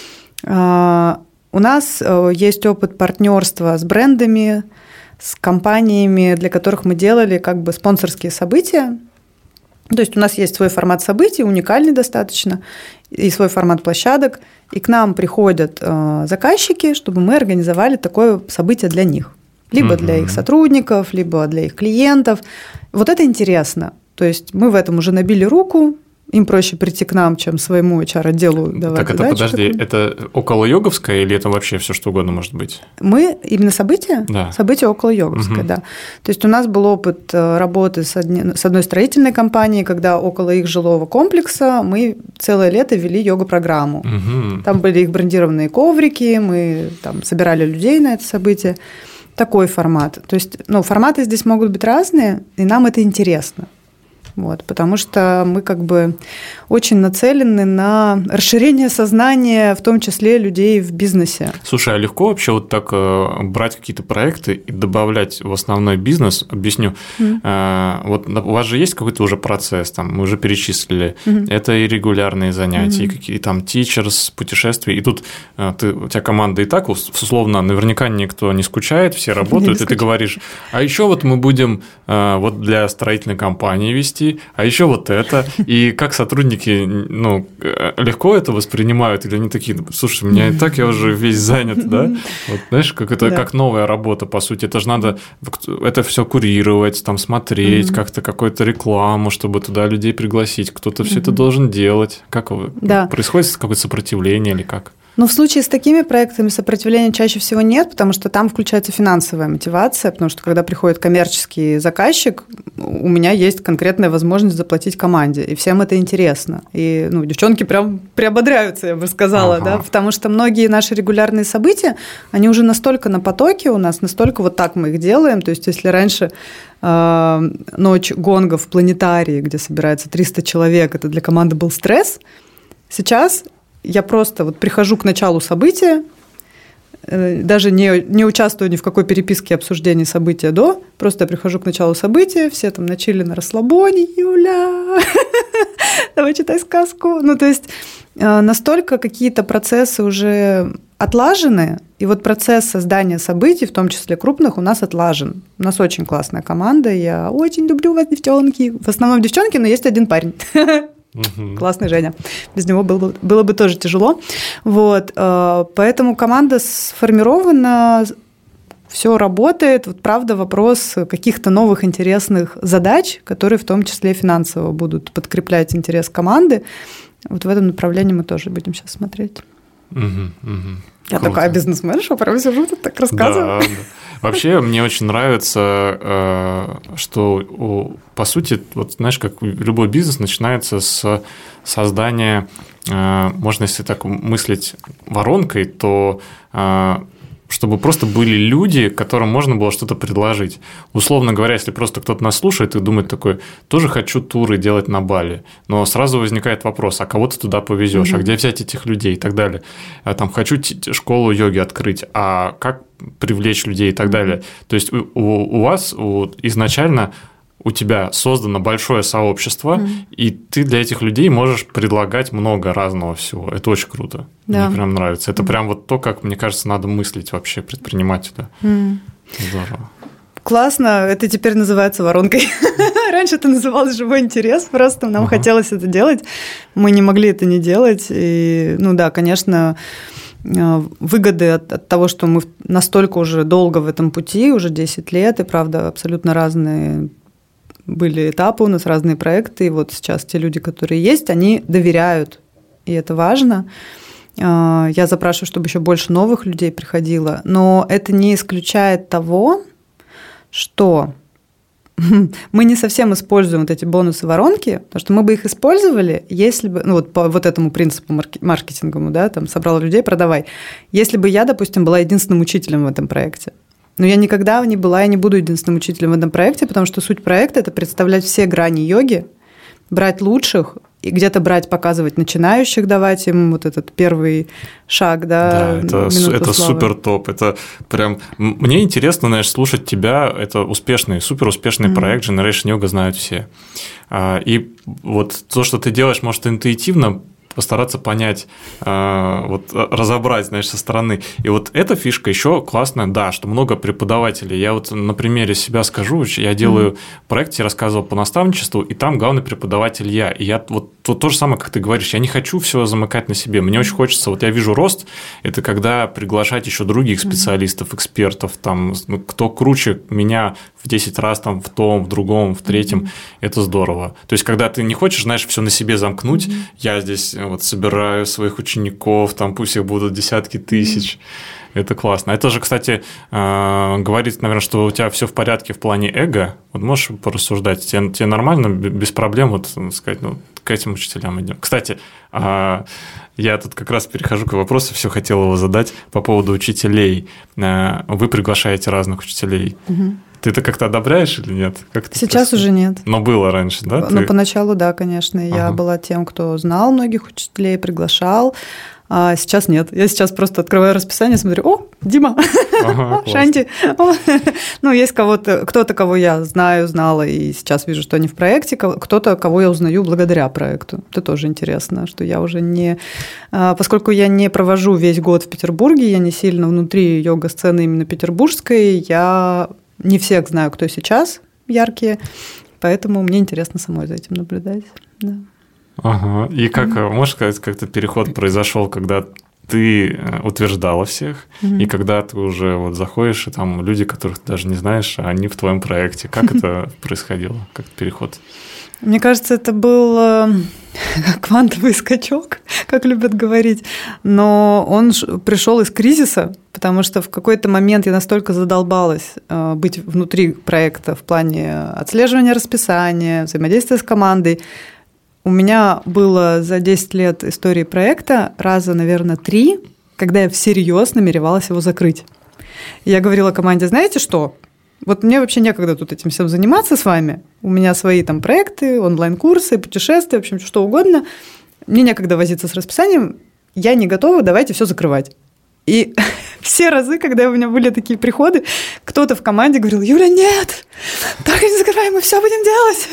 У нас есть опыт партнерства с брендами, с компаниями, для которых мы делали как бы спонсорские события. То есть у нас есть свой формат событий, уникальный достаточно, и свой формат площадок, и к нам приходят заказчики, чтобы мы организовали такое событие для них. Либо для их сотрудников, либо для их клиентов. Вот это интересно. То есть мы в этом уже набили руку, им проще прийти к нам, чем своему HR-отделу давать так, это, подожди, это около-йоговское или это вообще все что угодно может быть? Мы именно события? Да. События около-йоговское, да. То есть у нас был опыт работы с одной строительной компанией, когда около их жилого комплекса мы целое лето вели йога-программу. Там были их брендированные коврики, мы там собирали людей на это событие. Такой формат. То есть, ну, форматы здесь могут быть разные, и нам это интересно. Вот, потому что мы как бы очень нацелены на расширение сознания, в том числе людей в бизнесе. Слушай, а легко вообще вот так брать какие-то проекты и добавлять в основной бизнес? Объясню. Вот у вас же есть какой-то уже процесс, там, мы уже перечислили. Это и регулярные занятия, и какие там teachers, путешествия. И тут у тебя команда и так, условно, наверняка никто не скучает, все работают, и ты говоришь, а еще вот мы будем вот для строительной компании вести, а еще вот это. И как сотрудники, ну, легко это воспринимают, или они такие, слушай, меня и так я уже весь занят, да? Вот, знаешь, как это как новая работа, по сути. Это же надо это все курировать, там смотреть, как-то какую-то рекламу, чтобы туда людей пригласить. Кто-то все это должен делать. Как происходит какое-то сопротивление или как? Но в случае с такими проектами сопротивления чаще всего нет, потому что там включается финансовая мотивация, потому что когда приходит коммерческий заказчик, у меня есть конкретная возможность заплатить команде, и всем это интересно. И ну, девчонки прям приободряются, я бы сказала, да, потому что многие наши регулярные события, они уже настолько на потоке у нас, настолько вот так мы их делаем, то есть если раньше ночь гонгов в планетарии, где собирается 300 человек, это для команды был стресс, сейчас... Я просто вот прихожу к началу события, даже не участвую ни в какой переписке обсуждении события до, просто я прихожу к началу события, все там на чиле, на расслабоне, Юля, давай читай сказку. Ну, то есть настолько какие-то процессы уже отлажены, и вот процесс создания событий, в том числе крупных, у нас отлажен. У нас очень классная команда, я очень люблю вас, девчонки. В основном девчонки, но есть один парень. Классный Женя. Без него было бы тоже тяжело. Вот. Поэтому команда сформирована, все работает. Вот, правда, вопрос каких-то новых интересных задач, которые в том числе финансово будут подкреплять интерес команды. Вот в этом направлении мы тоже будем сейчас смотреть. Я Круто. такая бизнесменша, прям сижу тут так рассказываю. Да. Вообще, мне очень нравится, что, по сути, вот знаешь, как любой бизнес начинается с создания, можно, если так мыслить воронкой, то чтобы просто были люди, которым можно было что-то предложить. Условно говоря, если просто кто-то нас слушает и думает такой, тоже хочу туры делать на Бали, но сразу возникает вопрос, а кого ты туда повезешь, а где взять этих людей и так далее. Там хочу школу йоги открыть, а как привлечь людей и так далее. То есть у вас изначально у тебя создано большое сообщество, и ты для этих людей можешь предлагать много разного всего. Это очень круто. Да. Мне прям нравится. Это прям вот то, как, мне кажется, надо мыслить вообще предпринимателю. Здорово. Классно. Это теперь называется воронкой. Раньше это называлось живой интерес. Просто нам хотелось это делать. Мы не могли это не делать. И, ну да, конечно, выгоды от того, что мы настолько уже долго в этом пути, уже 10 лет, и, правда, абсолютно разные были этапы, у нас разные проекты, и вот сейчас те люди, которые есть, они доверяют, и это важно. Я запрашиваю, чтобы еще больше новых людей приходило, но это не исключает того, что мы не совсем используем вот эти бонусы воронки, потому что мы бы их использовали, если бы, ну вот по вот этому принципу маркетинговому, да, там собрала людей, продавай, если бы я, допустим, была единственным учителем в этом проекте. Но я никогда не была и не буду единственным учителем в этом проекте, потому что суть проекта – это представлять все грани йоги, брать лучших и где-то брать, показывать начинающих, давать им вот этот первый шаг. Да, это супер топ. Это прям… Мне интересно, знаешь, слушать тебя. Это успешный, супер успешный проект Generation Yoga знают все. И вот то, что ты делаешь, может, интуитивно постараться понять, вот, разобрать, знаешь, со стороны. И вот эта фишка еще классная, да, что много преподавателей. Я вот на примере себя скажу, я делаю проект, я рассказывал по наставничеству, и там главный преподаватель я. И я вот то же самое, как ты говоришь, я не хочу все замыкать на себе. Мне очень хочется, вот я вижу рост, это когда приглашать еще других специалистов, экспертов, там, кто круче меня в 10 раз, там, в том, в другом, в третьем, это здорово. То есть, когда ты не хочешь, знаешь, все на себе замкнуть, я здесь вот собираю своих учеников, там пусть их будут десятки тысяч. Это классно. Это же, кстати, говорит, наверное, что у тебя все в порядке в плане эго. Вот можешь порассуждать, тебе нормально, без проблем, вот сказать, ну, к этим учителям идем. Кстати, я тут как раз перехожу к вопросу, все хотел его задать по поводу учителей. Вы приглашаете разных учителей. Ты это как-то одобряешь или нет? Сейчас уже нет. Но было раньше, да? Но поначалу, да, конечно. Я была тем, кто знал многих учителей, приглашал. А сейчас нет. Я сейчас просто открываю расписание, смотрю, о, Дима, Шанти. Ну, есть кто-то, кого я знала, и сейчас вижу, что они в проекте, кто-то, кого я узнаю благодаря проекту. Это тоже интересно, что я уже не… Поскольку я не провожу весь год в Петербурге, я не сильно внутри йога-сцены именно петербургской, я не всех знаю, кто сейчас яркие, поэтому мне интересно самой за этим наблюдать. Да. Ага. И как, можешь сказать, как-то переход произошел, когда ты утверждала всех, и когда ты уже вот заходишь, и там люди, которых ты даже не знаешь, они в твоем проекте. Как это происходило, как переход? Мне кажется, это был квантовый скачок, как любят говорить, но он пришел из кризиса, потому что в какой-то момент я настолько задолбалась быть внутри проекта в плане отслеживания расписания, взаимодействия с командой. У меня было за 10 лет истории проекта раза, наверное, 3, когда я всерьез намеревалась его закрыть. И я говорила команде, знаете что, вот мне вообще некогда тут этим всем заниматься с вами, у меня свои там проекты, онлайн-курсы, путешествия, в общем, что угодно, мне некогда возиться с расписанием, я не готова, давайте все закрывать. И все разы, когда у меня были такие приходы, кто-то в команде говорил: Юля, нет, только не закрывай, мы все будем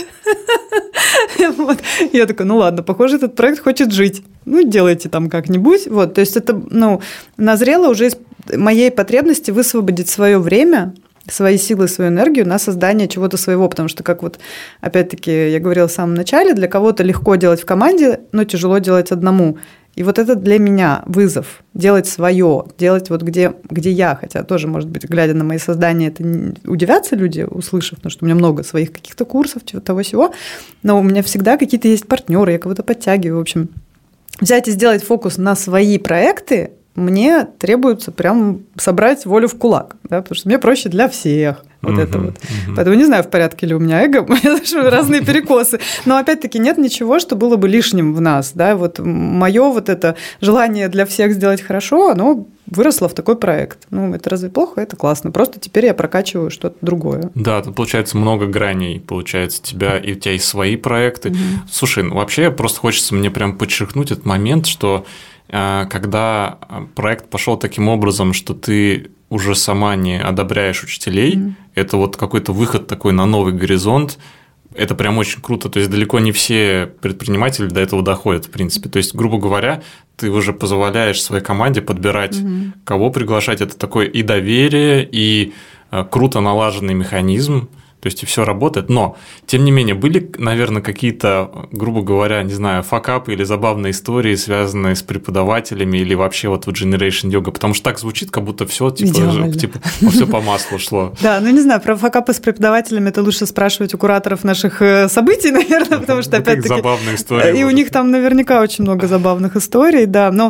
делать. Вот. Я такая: ну ладно, похоже, этот проект хочет жить. Ну, делайте там как-нибудь. Вот. То есть это назрело уже из моей потребности высвободить свое время, свои силы, свою энергию на создание чего-то своего, потому что, как вот, опять-таки, я говорила в самом начале, для кого-то легко делать в команде, но тяжело делать одному. И вот это для меня вызов – делать свое, делать вот где я, хотя тоже, может быть, глядя на мои создания, это удивятся люди, услышав, потому что у меня много своих каких-то курсов, того-сего, но у меня всегда какие-то есть партнеры, я кого-то подтягиваю, в общем. Взять и сделать фокус на свои проекты мне требуется прям собрать волю в кулак, да, потому что мне проще для всех. Вот это вот. Поэтому не знаю, в порядке ли у меня эго, у меня разные перекосы. Но опять-таки нет ничего, что было бы лишним в нас. Да? Вот мое вот это желание для всех сделать хорошо, оно выросло в такой проект. Ну, это разве плохо? Это классно. Просто теперь я прокачиваю что-то другое. Да, тут получается много граней. Получается, у тебя есть свои проекты. Слушай, вообще просто хочется мне прям подчеркнуть этот момент, что когда проект пошел таким образом, что ты уже сама не одобряешь учителей, это вот какой-то выход такой на новый горизонт, это прям очень круто. То есть далеко не все предприниматели до этого доходят, в принципе. То есть, грубо говоря, ты уже позволяешь своей команде подбирать, кого приглашать. Это такое и доверие, и круто налаженный механизм. То есть и все работает, но, тем не менее, были, наверное, какие-то, грубо говоря, не знаю, факапы или забавные истории, связанные с преподавателями или вообще вот в Generation Yoga, потому что так звучит, как будто все типа все по маслу шло. Да, ну не знаю, про факапы с преподавателями это лучше спрашивать у кураторов наших событий, наверное, потому что опять-таки забавные истории. И у них там наверняка очень много забавных историй, да. Но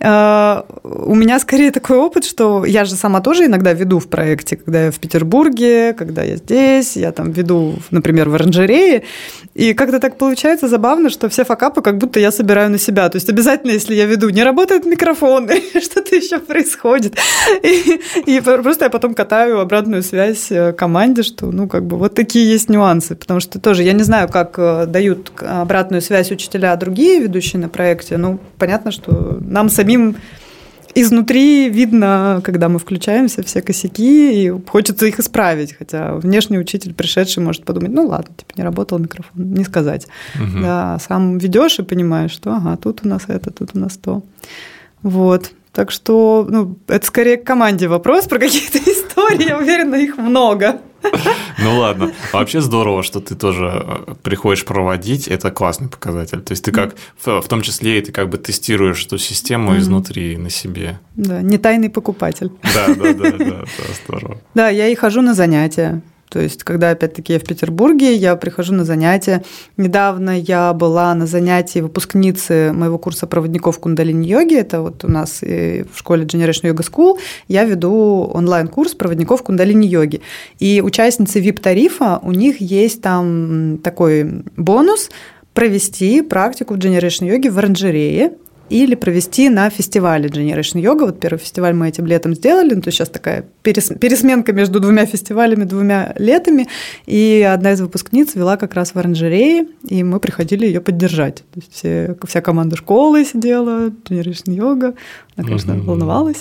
у меня скорее такой опыт, что я же сама тоже иногда веду в проекте, когда я в Петербурге, когда я здесь. Я там веду, например, в оранжерее, и как-то так получается забавно, что все факапы как будто я собираю на себя. То есть обязательно, если я веду, не работает микрофон, или что-то еще происходит. И просто я потом катаю обратную связь команде, что, ну, как бы вот такие есть нюансы. Потому что тоже я не знаю, как дают обратную связь учителя другие ведущие на проекте. Ну, понятно, что нам самим изнутри видно, когда мы включаемся, все косяки, и хочется их исправить, хотя внешний учитель, пришедший, может подумать: ну ладно, типа не работал микрофон, не сказать. Да, сам ведешь и понимаешь, что ага, тут у нас это, тут у нас то. Вот. Так что, ну, это скорее к команде вопрос про какие-то истории, я уверена, их много. Ну ладно. Вообще здорово, что ты тоже приходишь проводить, это классный показатель. То есть ты как, в том числе, ты как бы тестируешь эту систему изнутри на себе. Да, не тайный покупатель. Да, здорово. Да, я и хожу на занятия. То есть, когда, опять-таки, я в Петербурге, я прихожу на занятия. Недавно я была на занятии выпускницы моего курса проводников кундалини-йоги. Это вот у нас в школе Generation Yoga School. Я веду онлайн-курс проводников кундалини-йоги. И участницы VIP-тарифа, у них есть там такой бонус провести практику в Generation Yoga в оранжерее или провести на фестивале Generation Yoga. Вот первый фестиваль мы этим летом сделали, то есть сейчас такая пересменка между двумя фестивалями, двумя летами, и одна из выпускниц вела как раз в оранжерее, и мы приходили ее поддержать. То есть вся команда школы сидела, Generation Yoga, она, конечно, волновалась.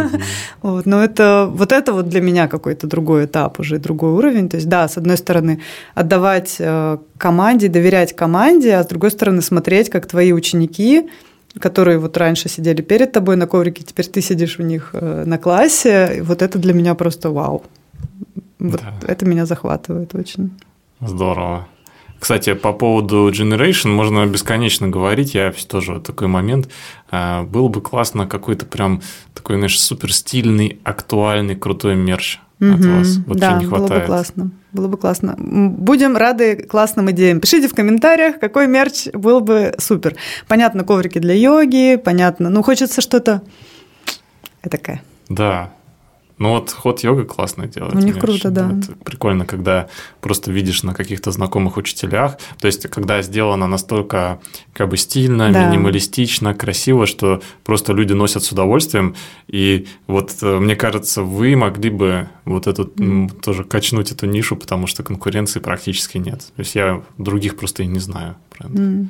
Но это вот для меня какой-то другой этап уже, другой уровень. То есть, да, с одной стороны, отдавать команде, доверять команде, а с другой стороны, смотреть, как твои ученики, которые вот раньше сидели перед тобой на коврике, теперь ты сидишь у них на классе. Вот это для меня просто вау. Вот это меня захватывает очень. Здорово. Кстати, по поводу Generation можно бесконечно говорить. Я тоже вот такой момент. Было бы классно какой-то прям такой, знаешь, супер стильный, актуальный, крутой мерч от вас. Вот да, чего не хватает. Было бы классно. Было бы классно. Будем рады классным идеям. Пишите в комментариях, какой мерч был бы супер. Понятно, коврики для йоги, понятно. Ну, хочется что-то этакое. Да. Ну вот хот-йога классно делает. У них круто, да. Это прикольно, когда просто видишь на каких-то знакомых учителях. То есть, когда сделано настолько как бы стильно, минималистично, красиво, что просто люди носят с удовольствием. И вот мне кажется, вы могли бы вот эту тоже качнуть эту нишу, потому что конкуренции практически нет. То есть я других просто и не знаю.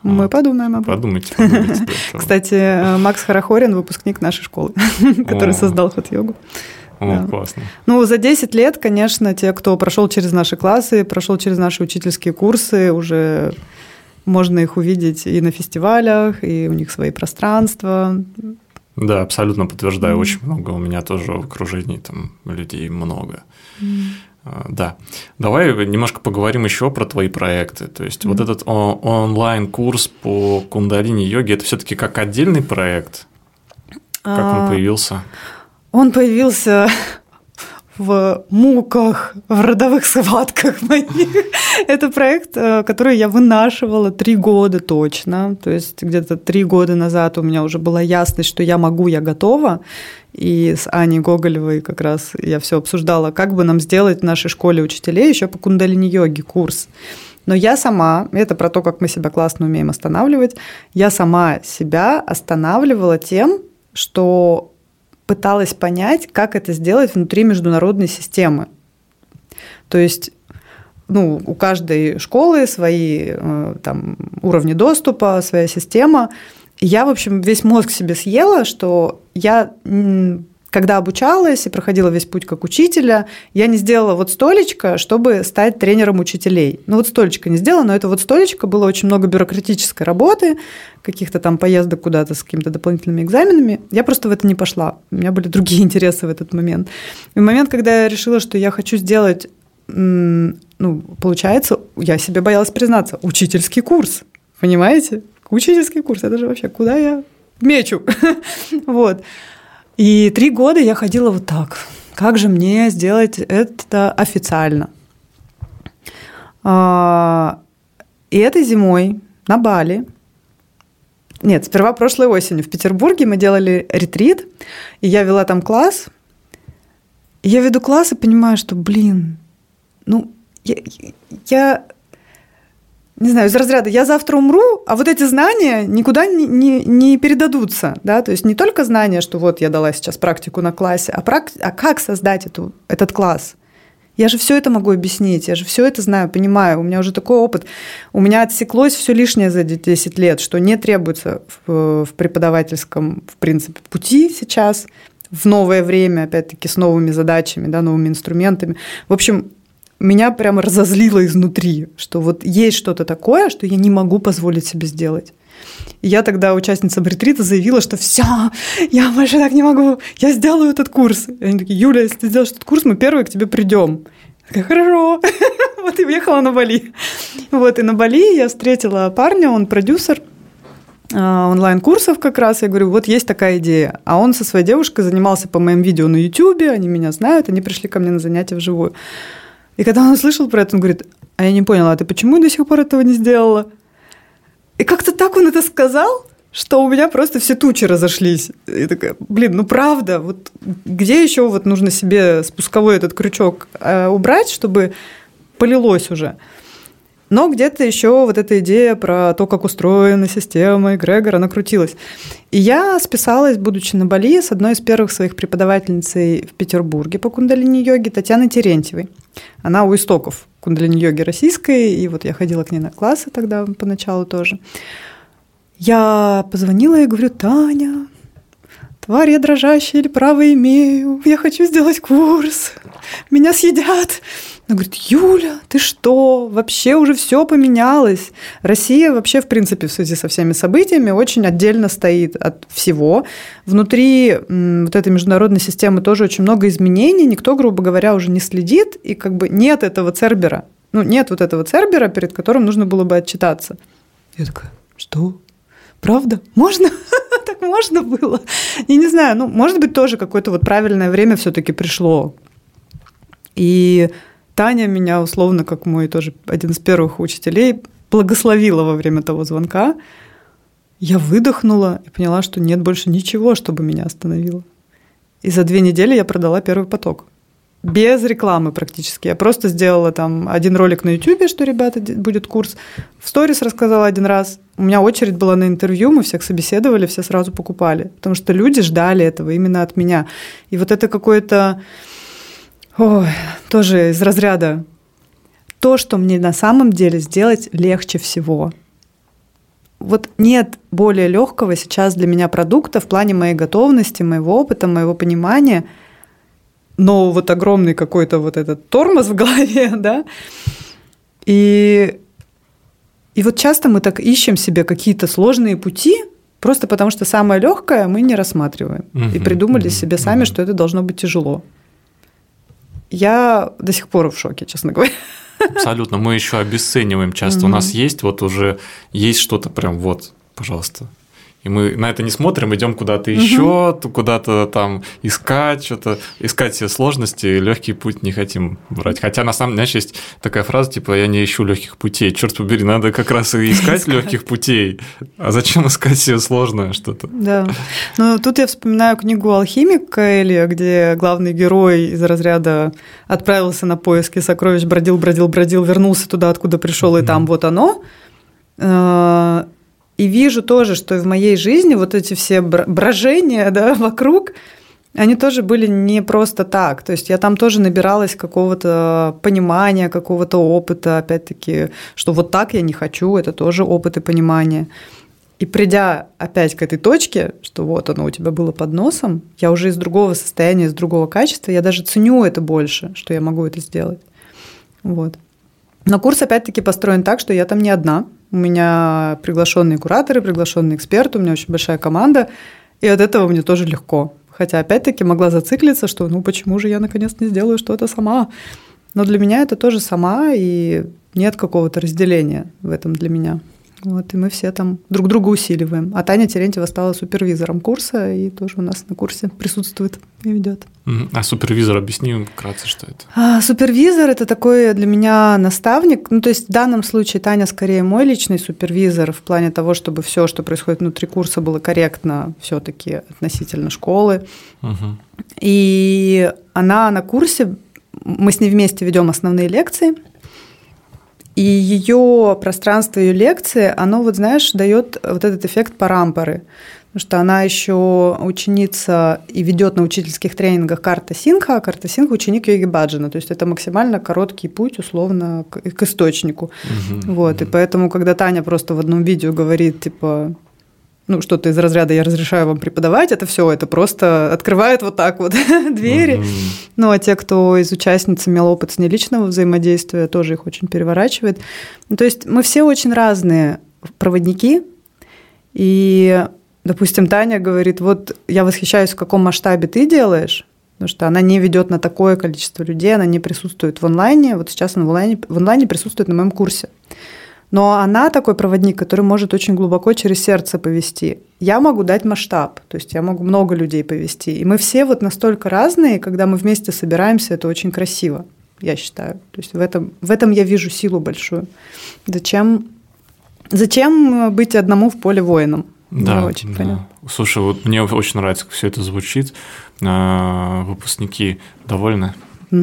Мы подумаем об этом. Подумайте. Кстати, Макс Хорохорин – выпускник нашей школы, который создал хот-йогу. О, классно. Ну, за 10 лет, конечно, те, кто прошел через наши классы, прошел через наши учительские курсы, уже можно их увидеть и на фестивалях, и у них свои пространства. Да, абсолютно подтверждаю. Очень много у меня тоже в окружении там людей много. Да. Давай немножко поговорим еще про твои проекты. То есть вот этот онлайн-курс по кундалини-йоге – это все-таки как отдельный проект? Как он появился? Он появился в муках, в родовых схватках моих. Это проект, который я вынашивала 3 года точно. То есть где-то 3 года назад у меня уже была ясность, что я могу, я готова. И с Аней Гоголевой как раз я все обсуждала, как бы нам сделать в нашей школе учителей еще по кундалини-йоге курс. Но я сама, это про то, как мы себя классно умеем останавливать, я сама себя останавливала тем, что пыталась понять, как это сделать внутри международной системы. То есть у каждой школы свои там, уровни доступа, своя система. И я, в общем, весь мозг себе съела, что я, когда обучалась и проходила весь путь как учителя, я не сделала вот столечко, чтобы стать тренером учителей. Вот столечко не сделала, но это вот столечко, было очень много бюрократической работы, каких-то там поездок куда-то с какими-то дополнительными экзаменами. Я просто в это не пошла. У меня были другие интересы в этот момент. И в момент, когда я решила, что я хочу сделать, получается, я себе боялась признаться, учительский курс. Понимаете? Учительский курс. Это же вообще куда я мечу? Вот. И 3 года я ходила вот так. Как же мне сделать это официально? И этой зимой на Бали, нет, сперва прошлой осенью в Петербурге мы делали ретрит, и я вела там класс. И я веду класс и понимаю, что, я не знаю, из разряда «я завтра умру», а вот эти знания никуда не передадутся. Да? То есть не только знания, что вот я дала сейчас практику на классе, а как создать этот класс. Я же все это могу объяснить, я же все это знаю, понимаю, у меня уже такой опыт. У меня отсеклось все лишнее за 10 лет, что не требуется в преподавательском, в принципе, пути сейчас, в новое время, опять-таки, с новыми задачами, да, новыми инструментами. В общем, меня прямо разозлило изнутри, что вот есть что-то такое, что я не могу позволить себе сделать. И я тогда участницам ретрита заявила, что все, я больше так не могу, я сделаю этот курс. И они такие: Юля, если ты сделаешь этот курс, мы первые к тебе придем. Я такая: хорошо. Вот и уехала на Бали. Вот, и на Бали я встретила парня, он продюсер онлайн-курсов как раз. Я говорю: вот есть такая идея. А он со своей девушкой занимался по моим видео на YouTube, они меня знают, они пришли ко мне на занятия вживую. И когда он услышал про это, он говорит: а я не поняла, а ты почему до сих пор этого не сделала? И как-то так он это сказал, что у меня просто все тучи разошлись. И такая: правда, вот где еще вот нужно себе спусковой этот крючок убрать, чтобы полилось уже? Но где-то еще вот эта идея про то, как устроена система эгрегор, она крутилась. И я списалась, будучи на Бали, с одной из первых своих преподавательниц в Петербурге по кундалини-йоге, Татьяной Терентьевой. Она у истоков кундалини-йоги российской, и вот я ходила к ней на классы тогда поначалу тоже. Я позвонила и говорю: Таня, тварь я дрожащая или право имею, я хочу сделать курс, меня съедят. Она говорит: Юля, ты что? Вообще уже все поменялось. Россия вообще, в принципе, в связи со всеми событиями очень отдельно стоит от всего. Внутри вот этой международной системы тоже очень много изменений. Никто, грубо говоря, уже не следит. И как бы нет этого цербера. Нет вот этого цербера, перед которым нужно было бы отчитаться. Я такая: что? Правда? Можно? Так можно было? Я не знаю. Может быть, тоже какое-то вот правильное время все-таки пришло. И Таня меня, условно, как мой тоже один из первых учителей, благословила во время того звонка. Я выдохнула и поняла, что нет больше ничего, чтобы меня остановило. И за 2 недели я продала первый поток. Без рекламы практически. Я просто сделала там один ролик на YouTube, что, ребята, будет курс. В сторис рассказала 1 раз. У меня очередь была на интервью, мы всех собеседовали, все сразу покупали. Потому что люди ждали этого именно от меня. И вот это какое-то... тоже из разряда то, что мне на самом деле сделать легче всего. вот нет более легкого сейчас для меня продукта в плане моей готовности, моего опыта, моего понимания, но вот огромный какой-то вот этот тормоз в голове, да, и вот часто мы так ищем себе какие-то сложные пути, просто потому что самое легкое мы не рассматриваем. И придумали себе сами, что это должно быть тяжело. Я до сих пор в шоке, честно говоря. Абсолютно. Мы еще обесцениваем часто. У нас есть вот уже есть что-то прям вот, пожалуйста. И мы на это не смотрим, идем куда-то еще, куда-то там искать, что-то, искать все сложности, легкий путь не хотим брать. Хотя на самом деле, знаешь, есть такая фраза, типа, я не ищу легких путей. Черт побери, надо как раз и искать легких путей. А зачем искать себе сложное что-то? Да. Ну, тут я вспоминаю книгу «Алхимик» Коэльо, где главный герой из разряда отправился на поиски сокровищ, бродил, вернулся туда, откуда пришел, и там вот оно. И вижу тоже, что и в моей жизни вот эти все брожения, да, вокруг, они тоже были не просто так. То есть я там тоже набиралась какого-то понимания, какого-то опыта, опять-таки, что вот так я не хочу, это тоже опыт и понимание. И придя опять к этой точке, что вот оно у тебя было под носом, я уже из другого состояния, из другого качества, я даже ценю это больше, что я могу это сделать. Вот. Но курс опять-таки построен так, что я там не одна. У меня приглашенные кураторы, приглашенные эксперты, у меня очень большая команда, и от этого мне тоже легко. Хотя опять-таки могла зациклиться, что ну почему же я наконец не сделаю что-то сама. Но для меня это тоже сама, и нет какого-то разделения в этом для меня. Вот, и мы все там друг друга усиливаем. А Таня Терентьева стала супервизором курса и тоже у нас на курсе присутствует и ведет. А супервизор, объясни вкратце, что это? Супервизор – это такой для меня наставник. Ну, то есть в данном случае Таня скорее мой личный супервизор в плане того, чтобы все, что происходит внутри курса, было корректно все-таки относительно школы. И она на курсе, мы с ней вместе ведем основные лекции. И ее пространство, ее лекции, оно, вот знаешь, дает вот этот эффект парампоры. Потому что она еще ученица и ведет на учительских тренингах Карта Сингха, а Карта Сингха ученик Йоги Баджана. То есть это максимально короткий путь, условно, к источнику. Вот. И поэтому, когда Таня просто в одном видео говорит, типа, ну, что-то из разряда «я разрешаю вам преподавать», это все, это просто открывает вот так вот двери. Ну, а те, кто из участниц имел опыт с неличного взаимодействия, тоже их очень переворачивает. Ну, то есть мы все очень разные проводники, и, допустим, Таня говорит, вот я восхищаюсь, в каком масштабе ты делаешь, потому что она не ведет на такое количество людей, она не присутствует в онлайне, вот сейчас она в онлайне присутствует на моем курсе. Но она такой проводник, который может очень глубоко через сердце повести. Я могу дать масштаб, то есть я могу много людей повести. И мы все вот настолько разные, когда мы вместе собираемся, это очень красиво, я считаю. То есть в этом я вижу силу большую. Зачем быть одному в поле воином? Да, не очень понятно. Слушай, вот мне очень нравится, как все это звучит. Выпускники довольны?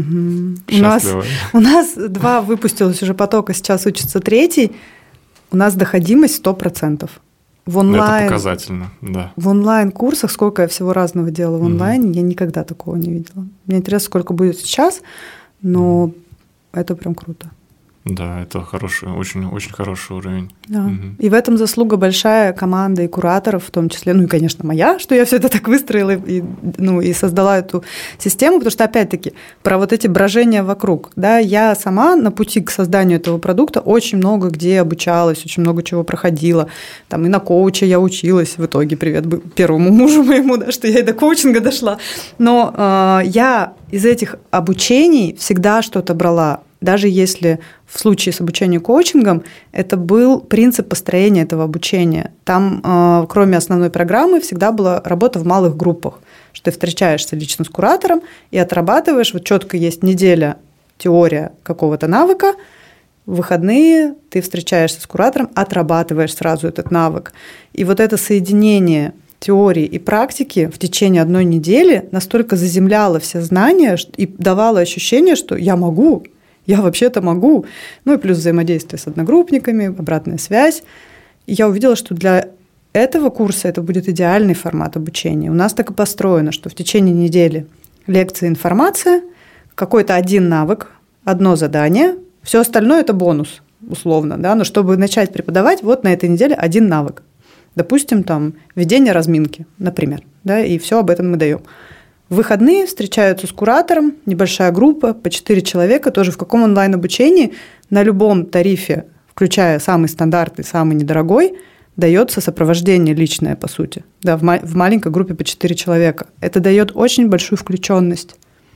У нас 2 выпустилось уже потока, сейчас учится 3. У нас доходимость 100%. В онлайн, это показательно, да. В онлайн-курсах, сколько я всего разного делала в онлайне, я никогда такого не видела. Мне интересно, сколько будет сейчас, но это прям круто. Да, это хороший, очень, очень хороший уровень. Да. И в этом заслуга большая команда и кураторов, в том числе, ну и, конечно, моя, что я все это так выстроила и создала эту систему, потому что, опять-таки, про вот эти брожения вокруг. Да, я сама на пути к созданию этого продукта очень много где обучалась, очень много чего проходила. Там и на коуче я училась. В итоге привет первому мужу моему, да, что я и до коучинга дошла. Но я из этих обучений всегда что-то брала. Даже если в случае с обучением коучингом это был принцип построения этого обучения. Там, кроме основной программы, всегда была работа в малых группах, что ты встречаешься лично с куратором и отрабатываешь, вот четко есть неделя теория какого-то навыка, в выходные ты встречаешься с куратором, отрабатываешь сразу этот навык. И вот это соединение теории и практики в течение 1 недели настолько заземляло все знания и давало ощущение, что я могу, я вообще-то могу. Ну и плюс взаимодействие с одногруппниками, обратная связь. И я увидела, что для этого курса это будет идеальный формат обучения. У нас так и построено, что в течение недели лекция, информация, какой-то один навык, одно задание, все остальное – это бонус. условно, да, но чтобы начать преподавать, вот на этой неделе один навык. Допустим, там, ведение разминки, например, да, и все об этом мы даем. В выходные встречаются с куратором, небольшая группа, по 4 человека, тоже в каком онлайн-обучении на любом тарифе, включая самый стандартный, самый недорогой, дается сопровождение личное, по сути, да, в маленькой группе по 4 человека. Это дает очень большую включенность.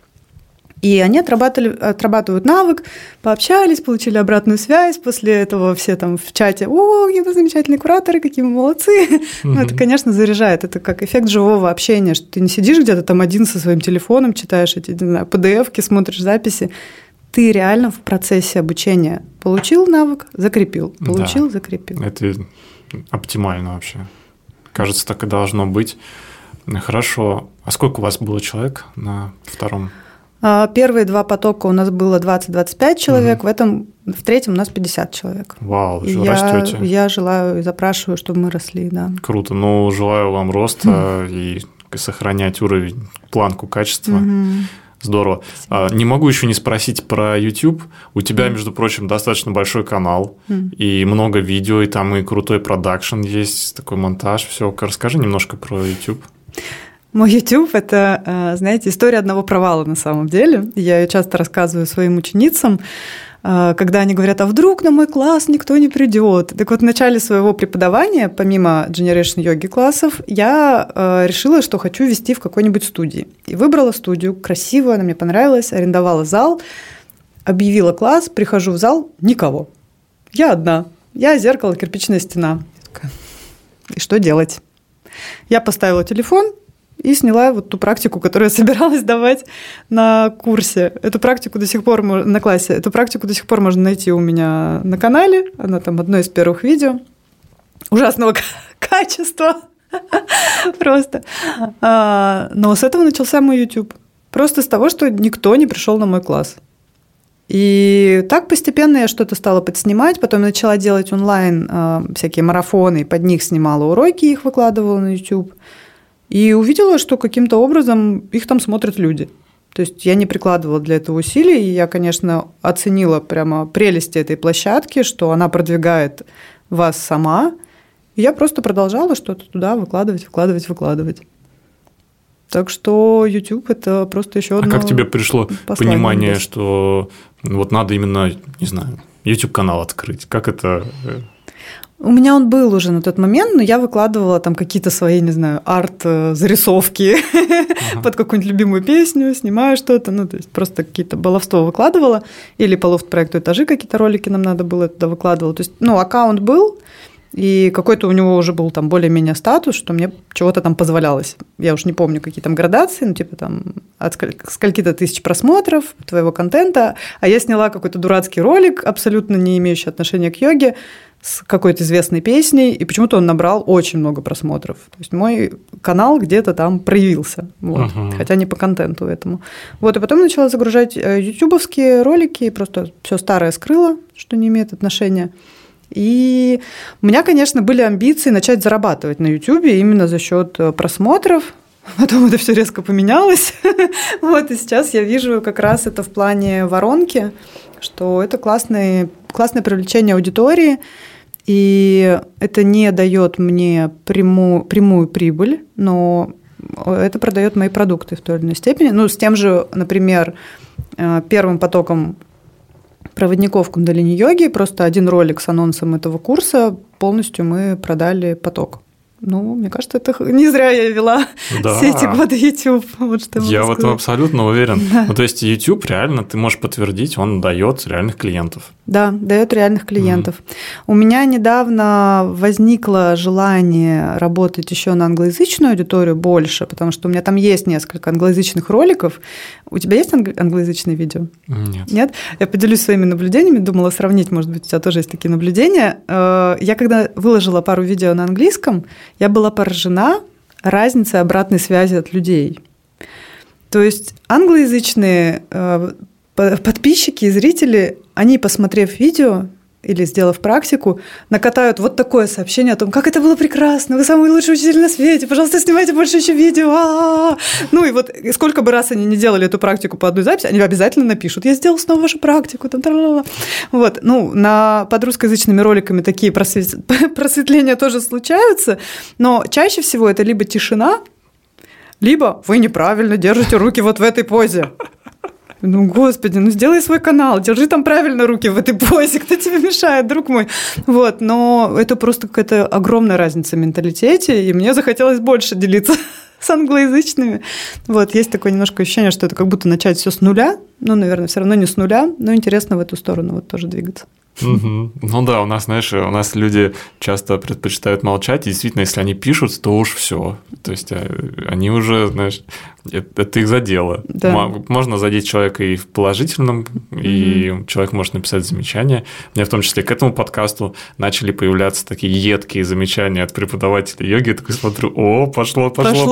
И они отрабатывают навык, пообщались, получили обратную связь, после этого все там в чате: «О, какие вы замечательные кураторы, какие мы молодцы». Ну, это, конечно, заряжает, это как эффект живого общения, что ты не сидишь где-то там один со своим телефоном, читаешь эти, не знаю, PDF-ки, смотришь записи, ты реально в процессе обучения получил навык, закрепил, получил, да, закрепил. Это оптимально вообще. Кажется, так и должно быть. Хорошо. А сколько у вас было человек на втором? Первые 2 потока у нас было 20-25 человек, в третьем у нас 50 человек. Вау, уже растете. Я желаю и запрашиваю, чтобы мы росли, да. Круто. Ну, желаю вам роста и сохранять уровень, планку качества. Здорово. Не могу еще не спросить про YouTube. У тебя, между прочим, достаточно большой канал, и много видео, и там и крутой продакшн есть, такой монтаж, все. Расскажи немножко про YouTube. Мой YouTube – это, знаете, история одного провала на самом деле. Я ее часто рассказываю своим ученицам, когда они говорят: а вдруг на мой класс никто не придет? Так вот, в начале своего преподавания, помимо Generation Yogi классов, я решила, что хочу вести в какой-нибудь студии. И выбрала студию, красивую, она мне понравилась, арендовала зал, объявила класс, прихожу в зал – никого. Я одна, я зеркало, кирпичная стена. И что делать? Я поставила телефон и сняла вот ту практику, которую я собиралась давать на курсе. Эту практику до сих пор на классе. Эту практику до сих пор можно найти у меня на канале. Она там одно из первых видео. Ужасного качества. Просто. Но с этого начался мой YouTube. Просто с того, что никто не пришел на мой класс. И так постепенно я что-то стала подснимать, потом начала делать онлайн всякие марафоны, под них снимала уроки, их выкладывала на YouTube. И увидела, что каким-то образом их там смотрят люди. То есть я не прикладывала для этого усилий, и я, конечно, оценила прямо прелести этой площадки, что она продвигает вас сама. И я просто продолжала что-то туда выкладывать. Так что YouTube – это просто еще одно. А как тебе пришло понимание, что вот надо именно, не знаю, YouTube-канал открыть? Как это… У меня он был уже на тот момент, но я выкладывала там какие-то свои, не знаю, арт-зарисовки под какую-нибудь любимую песню, снимаю что-то, ну, то есть просто какие-то баловство выкладывала, или по лофт-проекту «Этажи» какие-то ролики нам надо было туда выкладывала. То есть, ну, аккаунт был, и какой-то у него уже был там более-менее статус, что мне чего-то там позволялось. Я уж не помню, какие там градации, ну, типа там от скольки-то тысяч просмотров твоего контента, а я сняла какой-то дурацкий ролик, абсолютно не имеющий отношения к йоге, с какой-то известной песней, и почему-то он набрал очень много просмотров. То есть мой канал где-то там проявился, вот, хотя не по контенту этому. Вот, и потом начала загружать ютубовские ролики, и просто все старое скрыла, что не имеет отношения. И у меня, конечно, были амбиции начать зарабатывать на Ютубе именно за счет просмотров. Потом это все резко поменялось. Вот, и сейчас я вижу как раз это в плане воронки, что это классное привлечение аудитории, и это не дает мне прямую прибыль, но это продает мои продукты в той или иной степени. Ну, с тем же, например, первым потоком проводников кундалини-йоги, просто один ролик с анонсом этого курса, полностью мы продали поток. Ну, мне кажется, это не зря я вела все эти годы YouTube. Вот что я в этом абсолютно уверен. Да. Ну, то есть YouTube реально, ты можешь подтвердить, он дает реальных клиентов. Да, дает реальных клиентов. У меня недавно возникло желание работать еще на англоязычную аудиторию больше, потому что у меня там есть несколько англоязычных роликов. У тебя есть англоязычные видео? Нет. Нет? Я поделюсь своими наблюдениями, думала сравнить, может быть, у тебя тоже есть такие наблюдения. Я когда выложила пару видео на английском, я была поражена разницей обратной связи от людей. То есть англоязычные подписчики и зрители, они, посмотрев видео, или сделав практику, накатают вот такое сообщение о том, как это было прекрасно, вы самый лучший учитель на свете, пожалуйста, снимайте больше еще видео. Ну и вот сколько бы раз они не делали эту практику по одной записи, они обязательно напишут, я сделал снова вашу практику. Вот. Ну, под русскоязычными роликами такие просветления тоже случаются, но чаще всего это либо тишина, либо вы неправильно держите руки вот в этой позе. Ну, господи, ну сделай свой канал, держи там правильно руки в этой позе, кто тебе мешает, друг мой. Вот, но это просто какая-то огромная разница в менталитете, и мне захотелось больше делиться с англоязычными. Вот, есть такое немножко ощущение, что это как будто начать все с нуля, ну, наверное, все равно не с нуля, но интересно в эту сторону вот тоже двигаться. Ну да, у нас люди часто предпочитают молчать, и действительно, если они пишут, то уж все. То есть они уже, знаешь, это их задело. Да. Можно задеть человека и в положительном, и человек может написать замечания. У меня в том числе к этому подкасту начали появляться такие едкие замечания от преподавателей йоги. Я такой смотрю, пошло.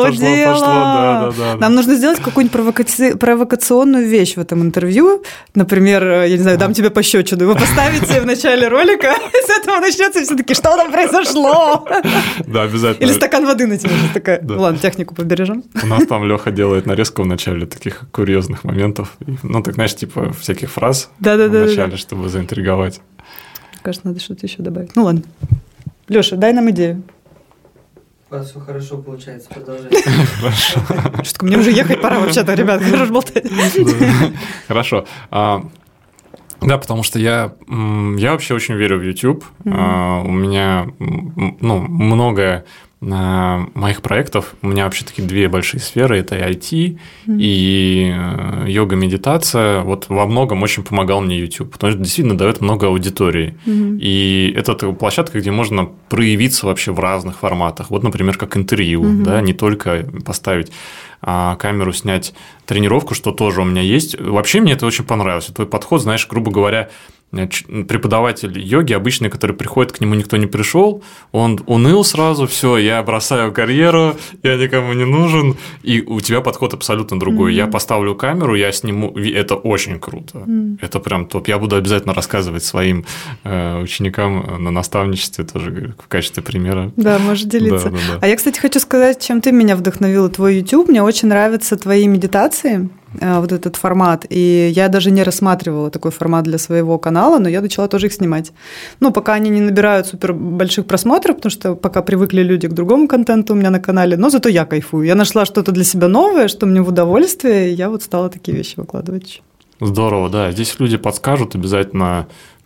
Да. Нам нужно сделать какую-нибудь провокационную вещь в этом интервью. Например, я не знаю, дам тебе пощечину, его поставите в начале ролика, и с этого начнется, и все таки что там произошло? Да, обязательно. Или стакан воды на тебя такая. Да. Ладно, технику побережем. У нас там Леха делает нарезку в начале таких курьезных моментов. Ну, так, знаешь, типа всяких фраз в начале, чтобы заинтриговать. Мне кажется, надо что-то еще добавить. Ну, ладно. Леша, дай нам идею. У вас все хорошо получается, продолжайте. Хорошо. Что-то мне уже ехать пора вообще-то, ребят, хорош болтать. Хорошо. Да, потому что я вообще очень верю в YouTube. У меня много моих проектов. У меня вообще такие две большие сферы. Это и IT, и йога-медитация. Вот во многом очень помогал мне YouTube, потому что действительно дает много аудитории. И это площадка, где можно проявиться вообще в разных форматах. Вот, например, как интервью, да, не только поставить камеру, снять тренировку, что тоже у меня есть. Вообще мне это очень понравилось. Твой подход, знаешь, грубо говоря, преподаватель йоги обычный, который приходит, к нему никто не пришел, он уныл сразу, все, я бросаю карьеру, я никому не нужен, и у тебя подход абсолютно другой. Я поставлю камеру, я сниму, это очень круто, это прям топ. Я буду обязательно рассказывать своим ученикам на наставничестве тоже в качестве примера. Да, можешь делиться. Да. А я, кстати, хочу сказать, чем ты меня вдохновила, твой YouTube. Мне очень нравятся твои медитации, вот этот формат, и я даже не рассматривала такой формат для своего канала, но я начала тоже их снимать. Ну, пока они не набирают супер больших просмотров, потому что пока привыкли люди к другому контенту у меня на канале, но зато я кайфую. Я нашла что-то для себя новое, что мне в удовольствие, и я вот стала такие вещи выкладывать. Здорово, да. Здесь люди подскажут обязательно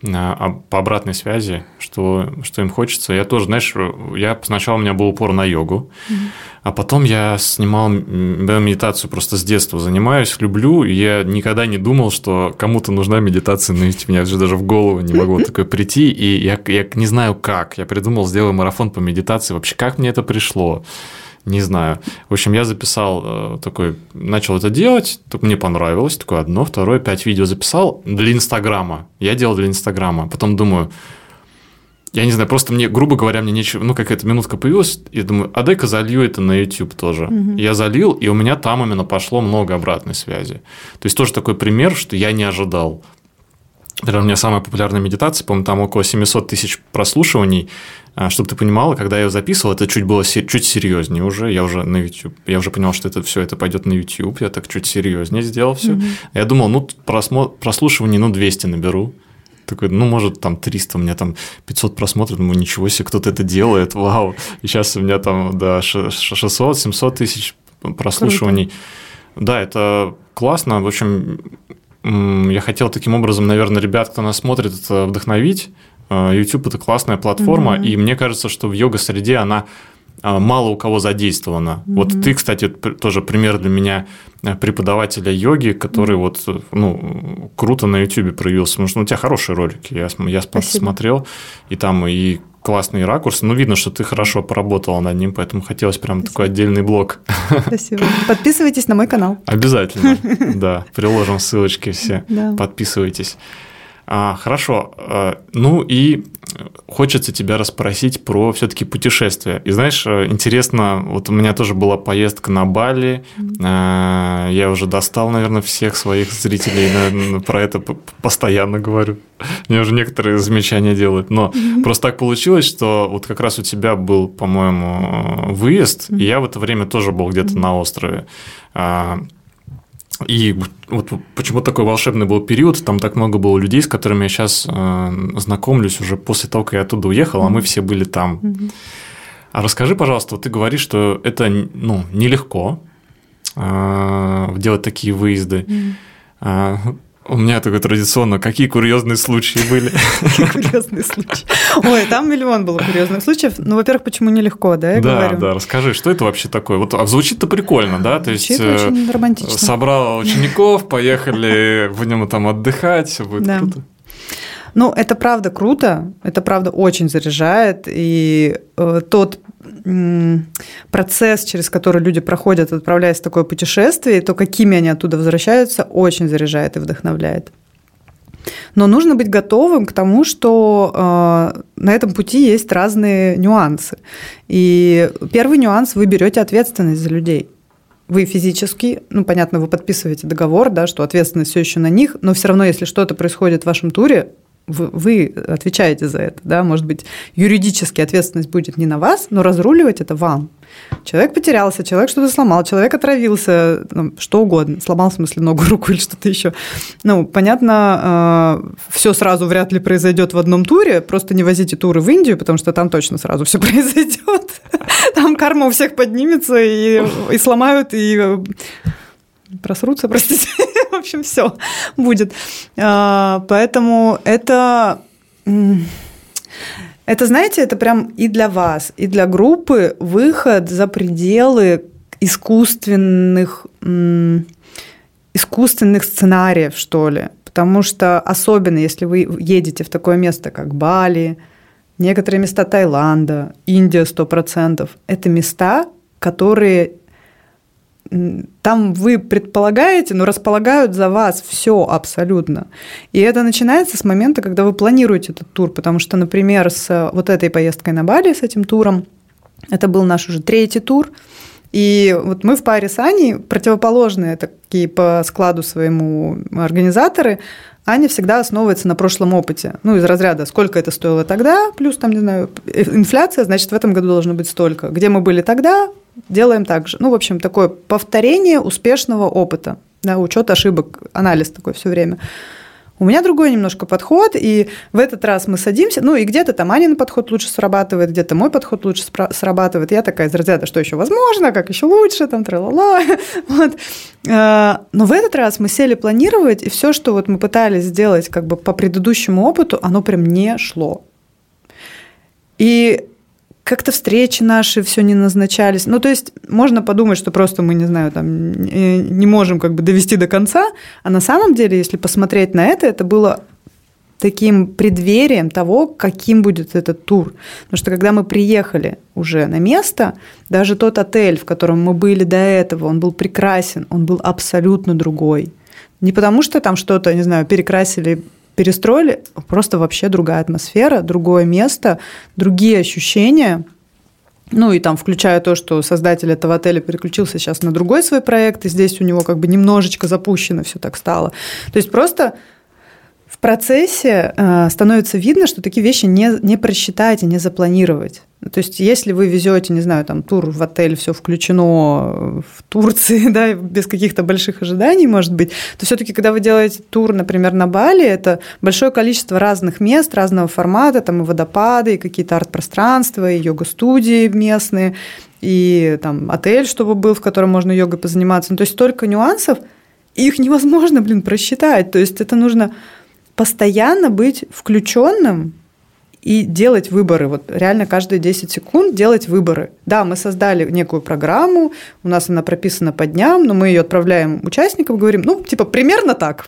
по обратной связи, что им хочется. Я тоже, знаешь, сначала у меня был упор на йогу, а потом я снимал медитацию, просто с детства занимаюсь, люблю, и я никогда не думал, что кому-то нужна медитация на YouTube. Меня даже в голову не могло такое прийти, и я не знаю как. Я придумал, сделаю марафон по медитации. Вообще, как мне это пришло? Не знаю. В общем, я записал начал это делать, мне понравилось, такое 1, 2, 5 видео записал для Инстаграма. Я делал для Инстаграма. Потом думаю, я не знаю, просто мне, грубо говоря, мне нечего, какая-то минутка появилась, и думаю, а дай-ка залью это на YouTube тоже. Я залил, и у меня там именно пошло много обратной связи. То есть тоже такой пример, что я не ожидал. Например, у меня самая популярная медитация, по-моему, там около 700 тысяч прослушиваний. Чтобы ты понимала, когда я ее записывал, это чуть серьезнее уже. Я уже на YouTube. Я уже понял, что это пойдет на YouTube. Я так чуть серьезнее сделал все. Я думал, прослушиваний 200 наберу. Такой, может, там 300, у меня там 500 просмотров, думаю, ничего себе, кто-то это делает, вау. И сейчас у меня там 600-700 тысяч прослушиваний. Круто. Да, это классно. В общем, я хотел таким образом, наверное, ребят, кто нас смотрит, вдохновить. YouTube – это классная платформа, и мне кажется, что в йога-среде она мало у кого задействована. Вот ты, кстати, тоже пример для меня преподавателя йоги, который круто на YouTube проявился, потому что у тебя хорошие ролики, я посмотрел, и там и классные ракурсы, видно, что ты хорошо поработала над ним, поэтому хотелось прям такой отдельный блог. Спасибо. Подписывайтесь на мой канал. Обязательно, да, приложим ссылочки все, подписывайтесь. Хорошо. Ну и хочется тебя расспросить про все-таки путешествия. И знаешь, интересно, вот у меня тоже была поездка на Бали. Я уже достал, наверное, всех своих зрителей, про это постоянно говорю. Мне уже некоторые замечания делают. Но просто так получилось, что вот как раз у тебя был, по-моему, выезд, и я в это время тоже был где-то на острове. И вот почему такой волшебный был период, там так много было людей, с которыми я сейчас знакомлюсь уже после того, как я оттуда уехал, а мы все были там. А расскажи, пожалуйста, вот ты говоришь, что это нелегко делать такие выезды. У меня такое традиционно, какие курьезные случаи были? Какие курьезные случаи? Ой, там миллион было курьезных случаев. Ну, во-первых, почему нелегко, да, я говорю? Да, расскажи, что это вообще такое? Вот звучит-то прикольно, да? Звучит очень романтично. Собрал учеников, поехали в нем там отдыхать, все будет круто. Ну, это правда круто, это правда очень заряжает, и тот процесс, через который люди проходят, отправляясь в такое путешествие, и то, какими они оттуда возвращаются, очень заряжает и вдохновляет. Но нужно быть готовым к тому, что на этом пути есть разные нюансы. И первый нюанс – вы берете ответственность за людей. Вы физически, понятно, вы подписываете договор, да, что ответственность все еще на них, но все равно, если что-то происходит в вашем туре, вы отвечаете за это, да, может быть, юридически ответственность будет не на вас, но разруливать это вам. Человек потерялся, человек что-то сломал, человек отравился, что угодно, сломал, в смысле, ногу, руку или что-то еще. Понятно, все сразу вряд ли произойдет в одном туре, просто не возите туры в Индию, потому что там точно сразу все произойдет. Там карма у всех поднимется и сломают, и просрутся, простите. В общем, все будет. Поэтому это, знаете, это прям и для вас, и для группы выход за пределы искусственных сценариев, что ли. Потому что особенно, если вы едете в такое место, как Бали, некоторые места Таиланда, Индия 100%, это места, которые... Там вы предполагаете, но располагают за вас все абсолютно. И это начинается с момента, когда вы планируете этот тур, потому что, например, с вот этой поездкой на Бали, с этим туром, это был наш уже 3-й тур, и вот мы в паре с Аней, противоположные такие по складу своему организаторы, Аня всегда основывается на прошлом опыте. Из разряда, сколько это стоило тогда, плюс там, не знаю, инфляция, значит, в этом году должно быть столько. Где мы были тогда, делаем так же. В общем, такое повторение успешного опыта, да, учет ошибок, анализ такой все время. У меня другой немножко подход, и в этот раз мы садимся, и где-то там Анин подход лучше срабатывает, где-то мой подход лучше срабатывает. Я такая из разряда, что еще возможно, как еще лучше, там, тра-ла-ла. Вот. Но в этот раз мы сели планировать, и все, что вот мы пытались сделать как бы по предыдущему опыту, оно прям не шло. И как-то встречи наши все не назначались. То есть можно подумать, что просто мы, не знаю, там, не можем как бы довести до конца, а на самом деле, если посмотреть на это было таким преддверием того, каким будет этот тур. Потому что когда мы приехали уже на место, даже тот отель, в котором мы были до этого, он был прекрасен, он был абсолютно другой. Не потому что там что-то, не знаю, перекрасили, перестроили, просто вообще другая атмосфера, другое место, другие ощущения. И там, включая то, что создатель этого отеля переключился сейчас на другой свой проект, и здесь у него как бы немножечко запущено все так стало. То есть просто в процессе становится видно, что такие вещи не просчитать и не запланировать. То есть если вы везете, не знаю, там тур в отель, все включено в Турции, да, без каких-то больших ожиданий, может быть, то все-таки, когда вы делаете тур, например, на Бали, это большое количество разных мест, разного формата, там и водопады, и какие-то арт-пространства, и йога-студии местные, и там отель, чтобы был, в котором можно йогой позаниматься. То есть столько нюансов, и их невозможно, просчитать. То есть это нужно постоянно быть включенным и делать выборы. Вот реально каждые 10 секунд делать выборы. Да, мы создали некую программу, у нас она прописана по дням, но мы ее отправляем участникам, говорим, примерно так.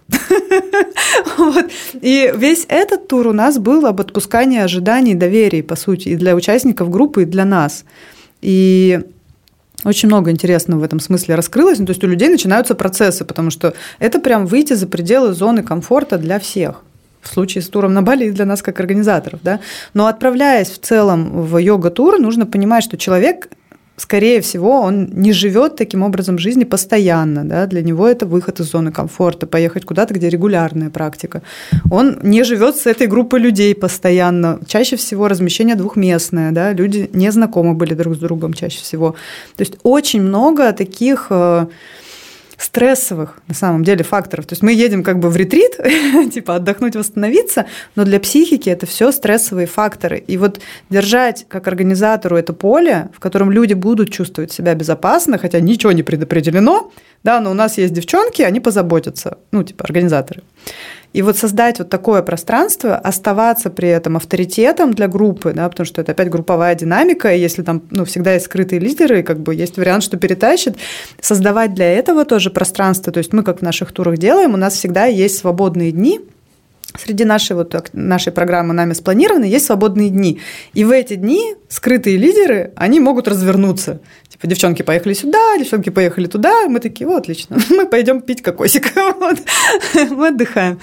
И весь этот тур у нас был об отпускании ожиданий и доверий, по сути, и для участников группы, и для нас. И очень много интересного в этом смысле раскрылось. То есть у людей начинаются процессы, потому что это прям выйти за пределы зоны комфорта для всех. в случае с туром на Бали и для нас как организаторов, да. Но отправляясь в целом в йога-тур, нужно понимать, что человек, скорее всего, он не живет таким образом жизни постоянно, да, для него это выход из зоны комфорта, поехать куда-то, где регулярная практика. Он не живет с этой группой людей постоянно, чаще всего размещение двухместное, да, люди не знакомы были друг с другом чаще всего. То есть очень много таких стрессовых, на самом деле, факторов. То есть мы едем как бы в ретрит, типа отдохнуть, восстановиться, но для психики это все стрессовые факторы. И вот держать как организатору это поле, в котором люди будут чувствовать себя безопасно, хотя ничего не предопределено, да, но у нас есть девчонки, они позаботятся, ну, типа организаторы. И вот создать вот такое пространство, оставаться при этом авторитетом для группы, да, потому что это опять групповая динамика, и если там всегда есть скрытые лидеры, как бы есть вариант, что перетащит, создавать для этого тоже пространство. То есть мы, как в наших турах делаем, у нас всегда есть свободные дни. Среди нашей программы нами спланированы, есть свободные дни. И в эти дни скрытые лидеры, они могут развернуться. Типа, девчонки поехали сюда, девчонки поехали туда. Мы такие, отлично, мы пойдем пить кокосик. Мы отдыхаем.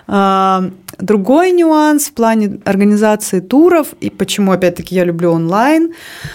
Другой нюанс в плане организации туров, и почему, опять-таки, я люблю онлайн,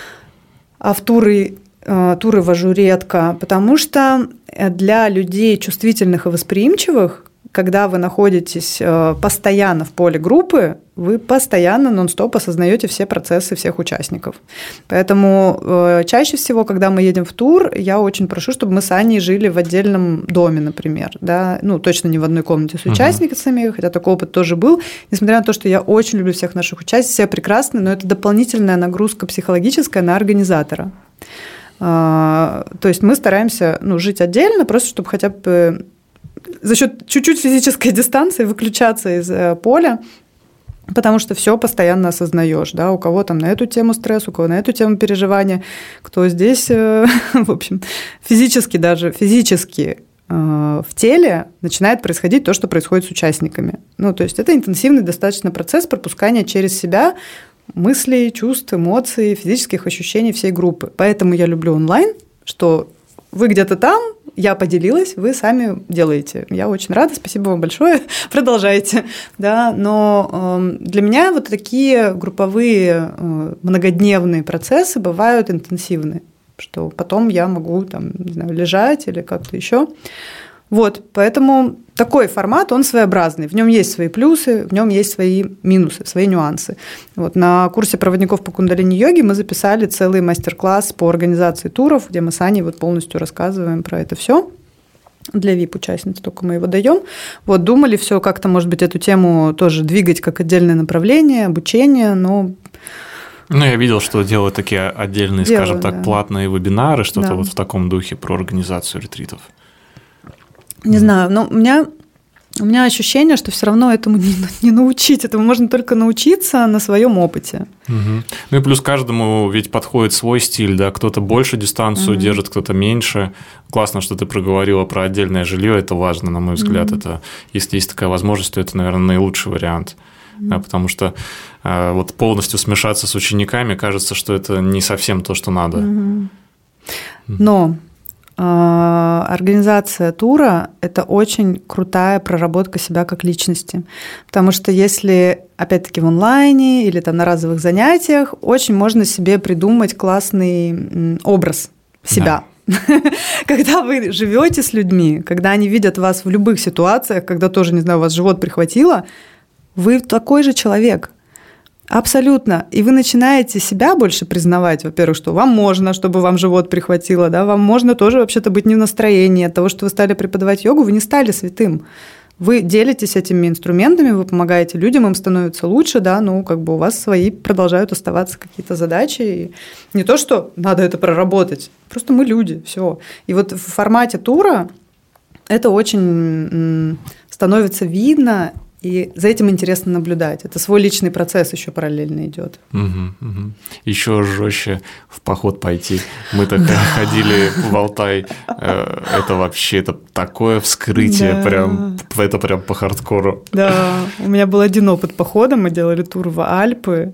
а в туры вожу редко, потому что для людей чувствительных и восприимчивых, когда вы находитесь постоянно в поле группы, вы постоянно нон-стоп осознаете все процессы всех участников. Поэтому чаще всего, когда мы едем в тур, я очень прошу, чтобы мы с Аней жили в отдельном доме, например. Да? Ну, точно не в одной комнате с участниками, хотя такой опыт тоже был. Несмотря на то, что я очень люблю всех наших участников, все прекрасны, но это дополнительная нагрузка психологическая на организатора. То есть мы стараемся жить отдельно, просто чтобы хотя бы за счет чуть-чуть физической дистанции выключаться из поля, потому что все постоянно осознаешь, да, у кого там на эту тему стресс, у кого на эту тему переживания, кто здесь, в общем, физически в теле начинает происходить то, что происходит с участниками. Ну, то есть это интенсивный достаточно процесс пропускания через себя мыслей, чувств, эмоций, физических ощущений всей группы. Поэтому я люблю онлайн, что вы где-то там, я поделилась, вы сами делаете. Я очень рада, спасибо вам большое, продолжайте. Да, но для меня вот такие групповые многодневные процессы бывают интенсивны, что потом я могу там, не знаю, лежать или как-то еще. Вот, поэтому такой формат, он своеобразный. В нем есть свои плюсы, в нем есть свои минусы, свои нюансы. Вот, на курсе проводников по кундалини-йоге мы записали целый мастер-класс по организации туров, где мы с Аней вот полностью рассказываем про это все. Для VIP-участниц только мы его даем. Вот, думали все как-то, может быть, эту тему тоже двигать как отдельное направление, обучение, но... Ну, я видел, что делают такие отдельные, скажем так, платные вебинары, что-то вот в таком духе про организацию ретритов. Не знаю, но у меня ощущение, что все равно этому не научить. Этому можно только научиться на своем опыте. Ну и плюс каждому ведь подходит свой стиль, да, кто-то больше дистанцию держит, кто-то меньше. Классно, что ты проговорила про отдельное жилье, это важно, на мой взгляд. Это, если есть такая возможность, то это, наверное, наилучший вариант. Да, потому что вот полностью смешаться с учениками, кажется, что это не совсем то, что надо. Но организация тура – это очень крутая проработка себя как личности. Потому что если, опять-таки, в онлайне или там на разовых занятиях, очень можно себе придумать классный образ себя. Да. Когда вы живете с людьми, когда они видят вас в любых ситуациях, когда тоже, не знаю, у вас живот прихватило, вы такой же человек. Абсолютно. И вы начинаете себя больше признавать, во-первых, что вам можно, чтобы вам живот прихватило, да, вам можно тоже вообще-то быть не в настроении. От того, что вы стали преподавать йогу, вы не стали святым. Вы делитесь этими инструментами, вы помогаете людям, им становится лучше, да, ну, как бы у вас свои продолжают оставаться какие-то задачи. И не то, что надо это проработать, просто мы люди, все. И вот в формате тура это очень становится видно, и за этим интересно наблюдать. Это свой личный процесс еще параллельно идет. Еще жестче в поход пойти. Мы так ходили в Алтай. Это вообще это такое вскрытие, да. Это прям по хардкору. Да, у меня был один опыт похода. Мы делали тур в Альпы.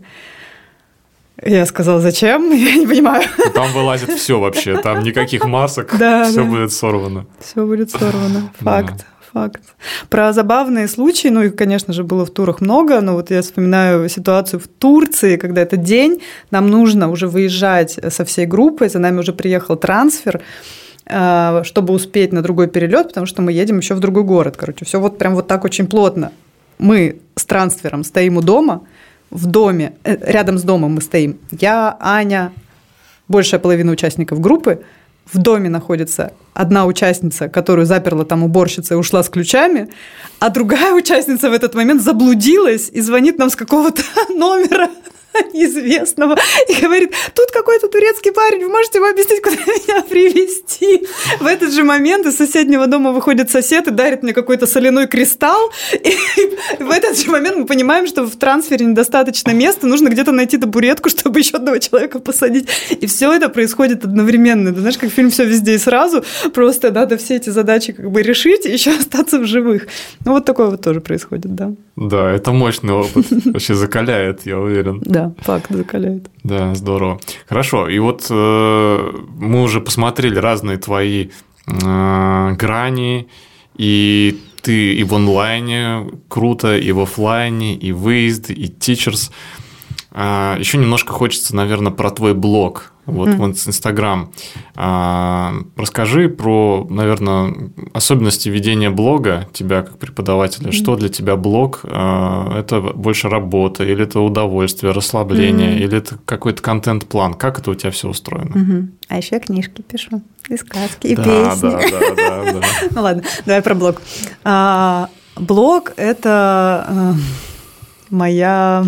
Я сказала, зачем? Я не понимаю. Там вылазит все вообще. Там никаких масок. Все будет сорвано. Все будет сорвано. Факт. Факт. Про забавные случаи, ну, их, конечно же, было в турах много, но вот я вспоминаю ситуацию в Турции, когда этот день, нам нужно уже выезжать со всей группой, за нами уже приехал трансфер, чтобы успеть на другой перелет, потому что мы едем еще в другой город. Короче, все вот прям вот так очень плотно. Мы с трансфером стоим у дома, в доме, рядом с домом мы стоим. Я, Аня, большая половина участников группы. В доме находится одна участница, которую заперла там уборщица и ушла с ключами, а другая участница в этот момент заблудилась и звонит нам с какого-то номера неизвестного и говорит: тут какой-то турецкий парень, вы можете ему объяснить, куда меня привезти? В этот же момент из соседнего дома выходит сосед и дарит мне какой-то соляной кристалл, и в этот же момент мы понимаем, что в трансфере недостаточно места, нужно где-то найти табуретку, чтобы еще одного человека посадить, и все это происходит одновременно. Ты знаешь, как фильм «Все везде и сразу», просто надо все эти задачи как бы решить и еще остаться в живых. Ну, вот такое вот тоже происходит, да. Да, это мощный опыт, вообще закаляет, я уверен. Да, факт, закаляет. Да, здорово. Хорошо, и вот мы уже посмотрели разные твои грани, и ты и в онлайне круто, и в офлайне, и выезд, и Teachers. Еще немножко хочется, наверное, про твой блог, вот в Инстаграм. Расскажи про, наверное, особенности ведения блога тебя как преподавателя. Что для тебя блог? Это больше работа, или это удовольствие, расслабление, или это какой-то контент-план? Как это у тебя все устроено? А еще я книжки пишу, и сказки, и песни. Да. Ну ладно, давай про блог. Блог – это моя...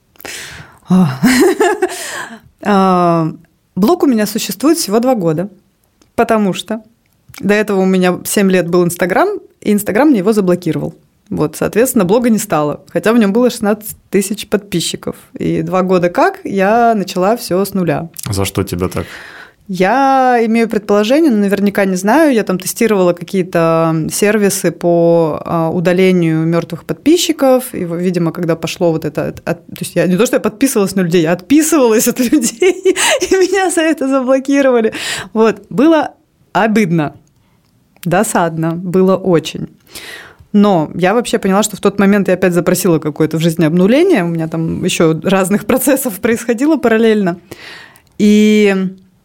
Блог у меня существует всего 2 года, потому что до этого у меня 7 лет был Инстаграм, и Инстаграм мне его заблокировал. Вот, соответственно, блога не стало, хотя в нем было 16 тысяч подписчиков. И 2 года как я начала все с нуля. За что тебя так? Я имею предположение, но наверняка не знаю. Я там тестировала какие-то сервисы по удалению мертвых подписчиков. И, видимо, когда пошло вот это... То есть я не то, что я подписывалась на людей, я отписывалась от людей, и меня за это заблокировали. Вот. Было обидно, досадно, было очень. Но я вообще поняла, что в тот момент я опять запросила какое-то в жизни обнуление. У меня там еще разных процессов происходило параллельно. И...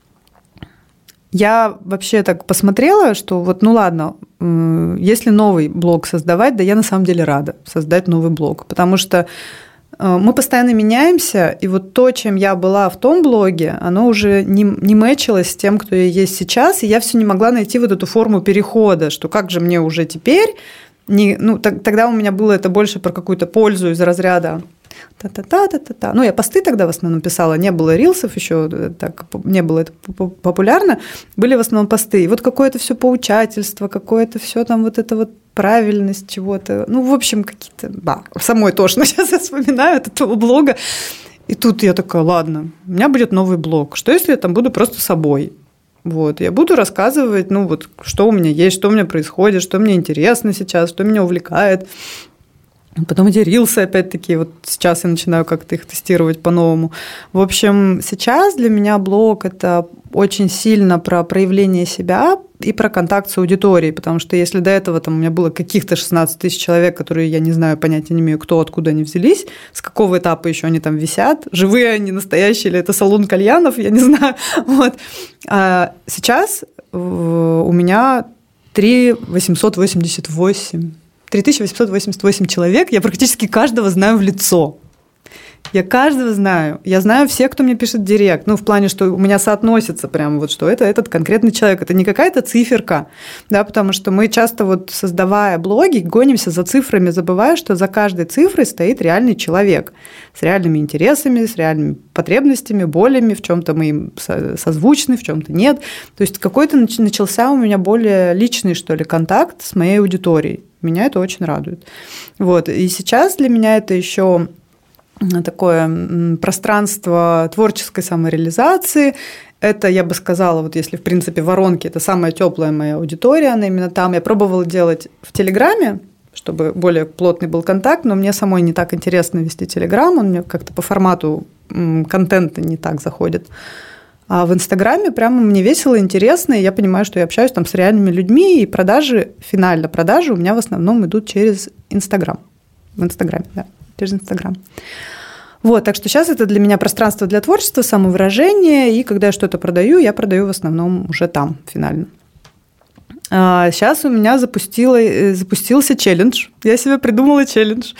я вообще так посмотрела, что вот, ну ладно, если новый блог создавать, да я на самом деле рада создать новый блог, потому что мы постоянно меняемся, и вот то, чем я была в том блоге, оно уже не мэчилось с тем, кто я есть сейчас, и я все не могла найти вот эту форму перехода, что как же мне уже теперь, тогда у меня было это больше про какую-то пользу из разряда та-та-та-та-та-та. Ну, я посты тогда в основном писала, не было рилсов еще, так не было это популярно, были в основном посты. И вот какое-то все поучательство, какое-то все там вот это вот правильность чего-то. Ну, в общем, какие-то... Да, самой тошно сейчас я вспоминаю от этого блога. И тут я такая: ладно, у меня будет новый блог. Что, если я там буду просто собой? Вот, я буду рассказывать, ну, вот, что у меня есть, что у меня происходит, что мне интересно сейчас, что меня увлекает. Потом эти рилсы, опять-таки, вот сейчас я начинаю как-то их тестировать по-новому. В общем, сейчас для меня блог – это очень сильно про проявление себя и про контакт с аудиторией, потому что если до этого там у меня было каких-то 16 тысяч человек, которые я не знаю, понятия не имею, кто, откуда они взялись, с какого этапа еще они там висят, живые они, настоящие, или это салон кальянов, я не знаю. Вот. А сейчас у меня 3888 человек, я практически каждого знаю в лицо. Я каждого знаю. Я знаю всех, кто мне пишет в директ. Ну, в плане, что у меня соотносится прямо вот, что это этот конкретный человек. Это не какая-то циферка, да, потому что мы часто вот, создавая блоги, гонимся за цифрами, забывая, что за каждой цифрой стоит реальный человек с реальными интересами, с реальными потребностями, болями, в чем-то мы им созвучны, в чем-то нет. То есть какой-то начался у меня более личный, что ли, контакт с моей аудиторией. Меня это очень радует. Вот. И сейчас для меня это еще такое пространство творческой самореализации. Это, я бы сказала, вот если, в принципе, воронки – это самая теплая моя аудитория, она именно там. Я пробовала делать в Телеграме, чтобы более плотный был контакт, но мне самой не так интересно вести Телеграм, он мне как-то по формату контента не так заходит. А в Инстаграме прямо мне весело, интересно, и я понимаю, что я общаюсь там с реальными людьми, и продажи у меня в основном идут через Инстаграм. В Инстаграме, да, через Инстаграм. Вот, так что сейчас это для меня пространство для творчества, самовыражения, и когда я что-то продаю, я продаю в основном уже там, финально. Сейчас у меня запустился челлендж. Я себе придумала челлендж.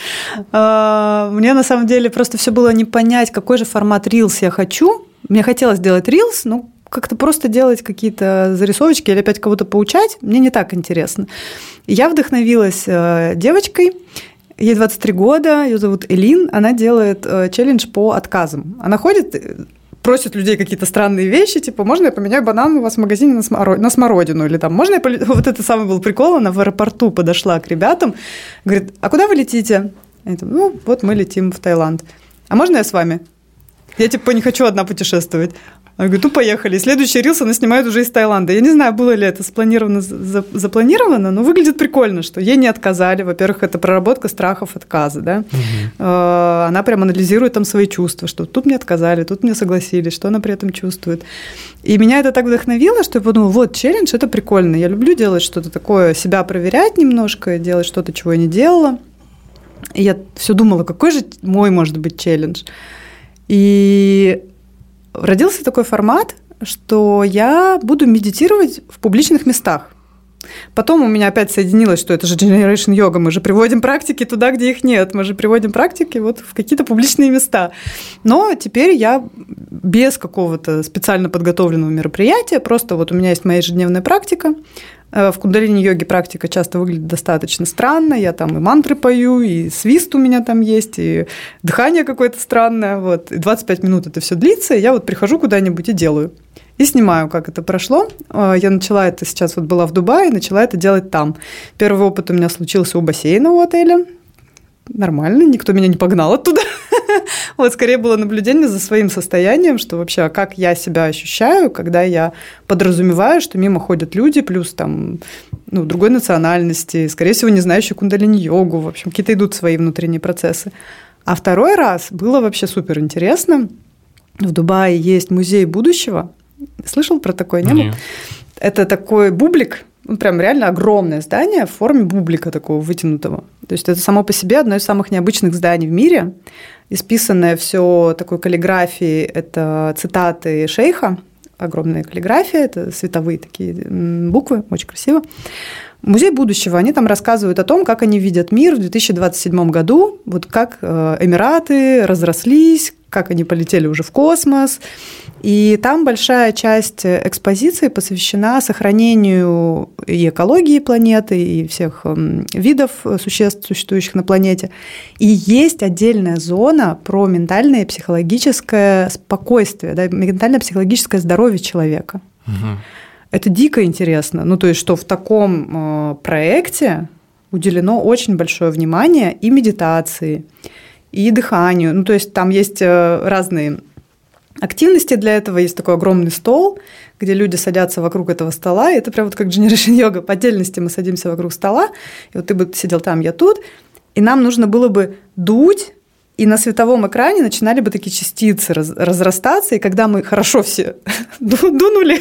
Мне на самом деле просто все было не понять, какой же формат Reels я хочу. Мне хотелось делать Reels, но как-то просто делать какие-то зарисовочки или опять кого-то поучать, мне не так интересно. И я вдохновилась девочкой, ей 23 года, ее зовут Элин, она делает челлендж по отказам. Она ходит, просит людей какие-то странные вещи, типа, можно я поменяю банан у вас в магазине на смородину? Или там, можно я вот это самый был прикол, она в аэропорту подошла к ребятам, говорит, а куда вы летите? Они там, ну, вот мы летим в Таиланд. А можно я с вами? Я, типа, не хочу одна путешествовать. Она говорит, ну, поехали. И следующий рилс она снимает уже из Таиланда. Я не знаю, было ли это запланировано, но выглядит прикольно, что ей не отказали. Во-первых, это проработка страхов отказа, да. Она прям анализирует там свои чувства, что тут мне отказали, тут мне согласились, что она при этом чувствует. И меня это так вдохновило, что я подумала, вот, челлендж – это прикольно. Я люблю делать что-то такое, себя проверять немножко, делать что-то, чего я не делала. И я все думала, какой же мой может быть челлендж. И родился такой формат, что я буду медитировать в публичных местах. Потом у меня опять соединилось, что это же Generation Yoga, мы же приводим практики туда, где их нет, мы же приводим практики вот в какие-то публичные места. Но теперь я без какого-то специально подготовленного мероприятия, просто вот у меня есть моя ежедневная практика. В кундалини-йоге практика часто выглядит достаточно странно, я там и мантры пою, и свист у меня там есть, и дыхание какое-то странное, вот, и 25 минут это все длится, и я вот прихожу куда-нибудь и делаю. И снимаю, как это прошло. Я начала это сейчас, вот была в Дубае, начала это делать там. Первый опыт у меня случился у бассейна у отеля. Нормально, никто меня не погнал оттуда. Вот, скорее было наблюдение за своим состоянием, что вообще, как я себя ощущаю, когда я подразумеваю, что мимо ходят люди, плюс там, ну, другой национальности, скорее всего, не знающие кундалини-йогу, в общем, какие-то идут свои внутренние процессы. А второй раз было вообще супер интересно. В Дубае есть музей будущего. Слышал про такое? Нет? Это такой бублик, прям реально огромное здание в форме бублика такого вытянутого. То есть это само по себе одно из самых необычных зданий в мире. Исписанное все такой каллиграфией, это цитаты шейха, огромная каллиграфия, это световые такие буквы, очень красиво. Музей будущего, они там рассказывают о том, как они видят мир в 2027 году, вот как Эмираты разрослись, как они полетели уже в космос. И там большая часть экспозиции посвящена сохранению и экологии планеты, и всех видов существ, существующих на планете. И есть отдельная зона про ментальное и психологическое спокойствие, да, ментально-психологическое здоровье человека. Угу. Это дико интересно. Ну, то есть, что в таком проекте уделено очень большое внимание и медитации, и дыханию. Ну, то есть, там есть разные активности для этого. Есть такой огромный стол, где люди садятся вокруг этого стола. И это прям вот как Generation Yoga. По отдельности мы садимся вокруг стола. И вот ты бы сидел там, я тут. И нам нужно было бы дуть, и на световом экране начинали бы такие частицы разрастаться. И когда мы хорошо все дунули,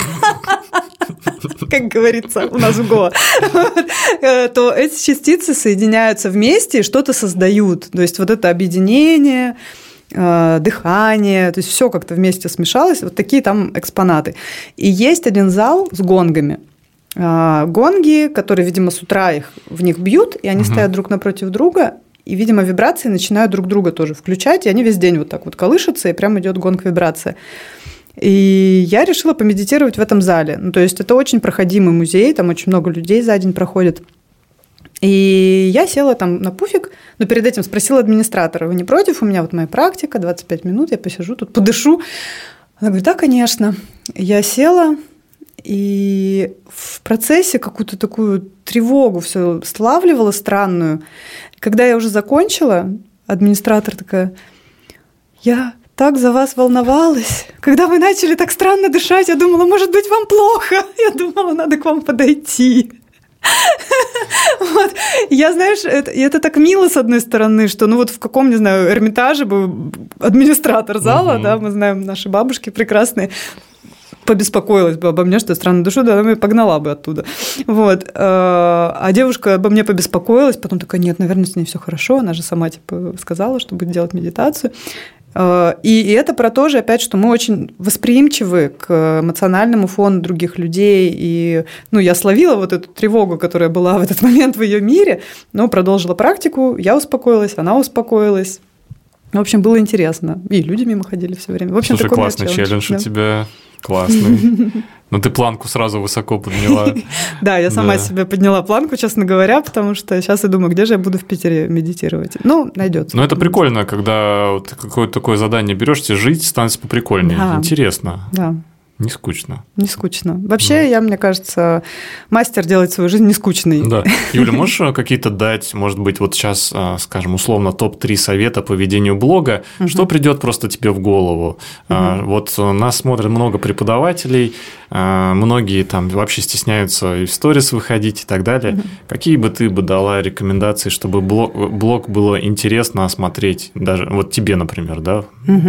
как говорится у нас в Гоа, то эти частицы соединяются вместе и что-то создают. То есть вот это объединение, дыхание, то есть все как-то вместе смешалось. Вот такие там экспонаты. И есть один зал с гонгами. Гонги, которые, видимо, с утра в них бьют, и они стоят друг напротив друга, и, видимо, вибрации начинают друг друга тоже включать, и они весь день вот так вот колышутся, и прям идет гонг-вибрация. И я решила помедитировать в этом зале. Ну, то есть это очень проходимый музей, там очень много людей за день проходит. И я села там на пуфик, но перед этим спросила администратора, вы не против? У меня вот моя практика, 25 минут, я посижу тут, подышу. Она говорит, да, конечно. Я села, и в процессе какую-то такую тревогу все славливала странную. Когда я уже закончила, администратор такая, я так за вас волновалась. Когда вы начали так странно дышать, я думала, может быть, вам плохо. Я думала, надо к вам подойти. Вот. Я, знаешь, это так мило, с одной стороны, что, ну вот в каком, не знаю, Эрмитаже бы администратор зала, да, мы знаем, наши бабушки прекрасные, побеспокоилась бы обо мне, что я странно душу, да, она меня погнала бы оттуда. Вот. А девушка обо мне побеспокоилась, потом такая, нет, наверное, с ней все хорошо, она же сама типа сказала, что будет делать медитацию. И это про то же, опять, что мы очень восприимчивы к эмоциональному фону других людей. И я словила вот эту тревогу, которая была в этот момент в ее мире, но продолжила практику, я успокоилась, она успокоилась. В общем, было интересно. И люди мимо ходили все время. В общем, слушай, классный челлендж у тебя. Классный. Но ты планку сразу высоко подняла. Да, я сама себе подняла планку, честно говоря, потому что сейчас я думаю, где же я буду в Питере медитировать. Найдется. Но это прикольно, когда ты какое-то такое задание берешь, тебе жить становится поприкольнее. Интересно. Да. Не скучно. Не скучно. Вообще, я, мне кажется, мастер делает свою жизнь не скучной. Да. Юля, можешь какие-то дать, может быть, вот сейчас, скажем, условно, топ-3 совета по ведению блога? Что придет просто тебе в голову? Вот нас смотрят много преподавателей, многие там вообще стесняются и в сторис выходить и так далее. Какие бы ты бы дала рекомендации, чтобы блог было интересно осмотреть? Даже вот тебе, например, да?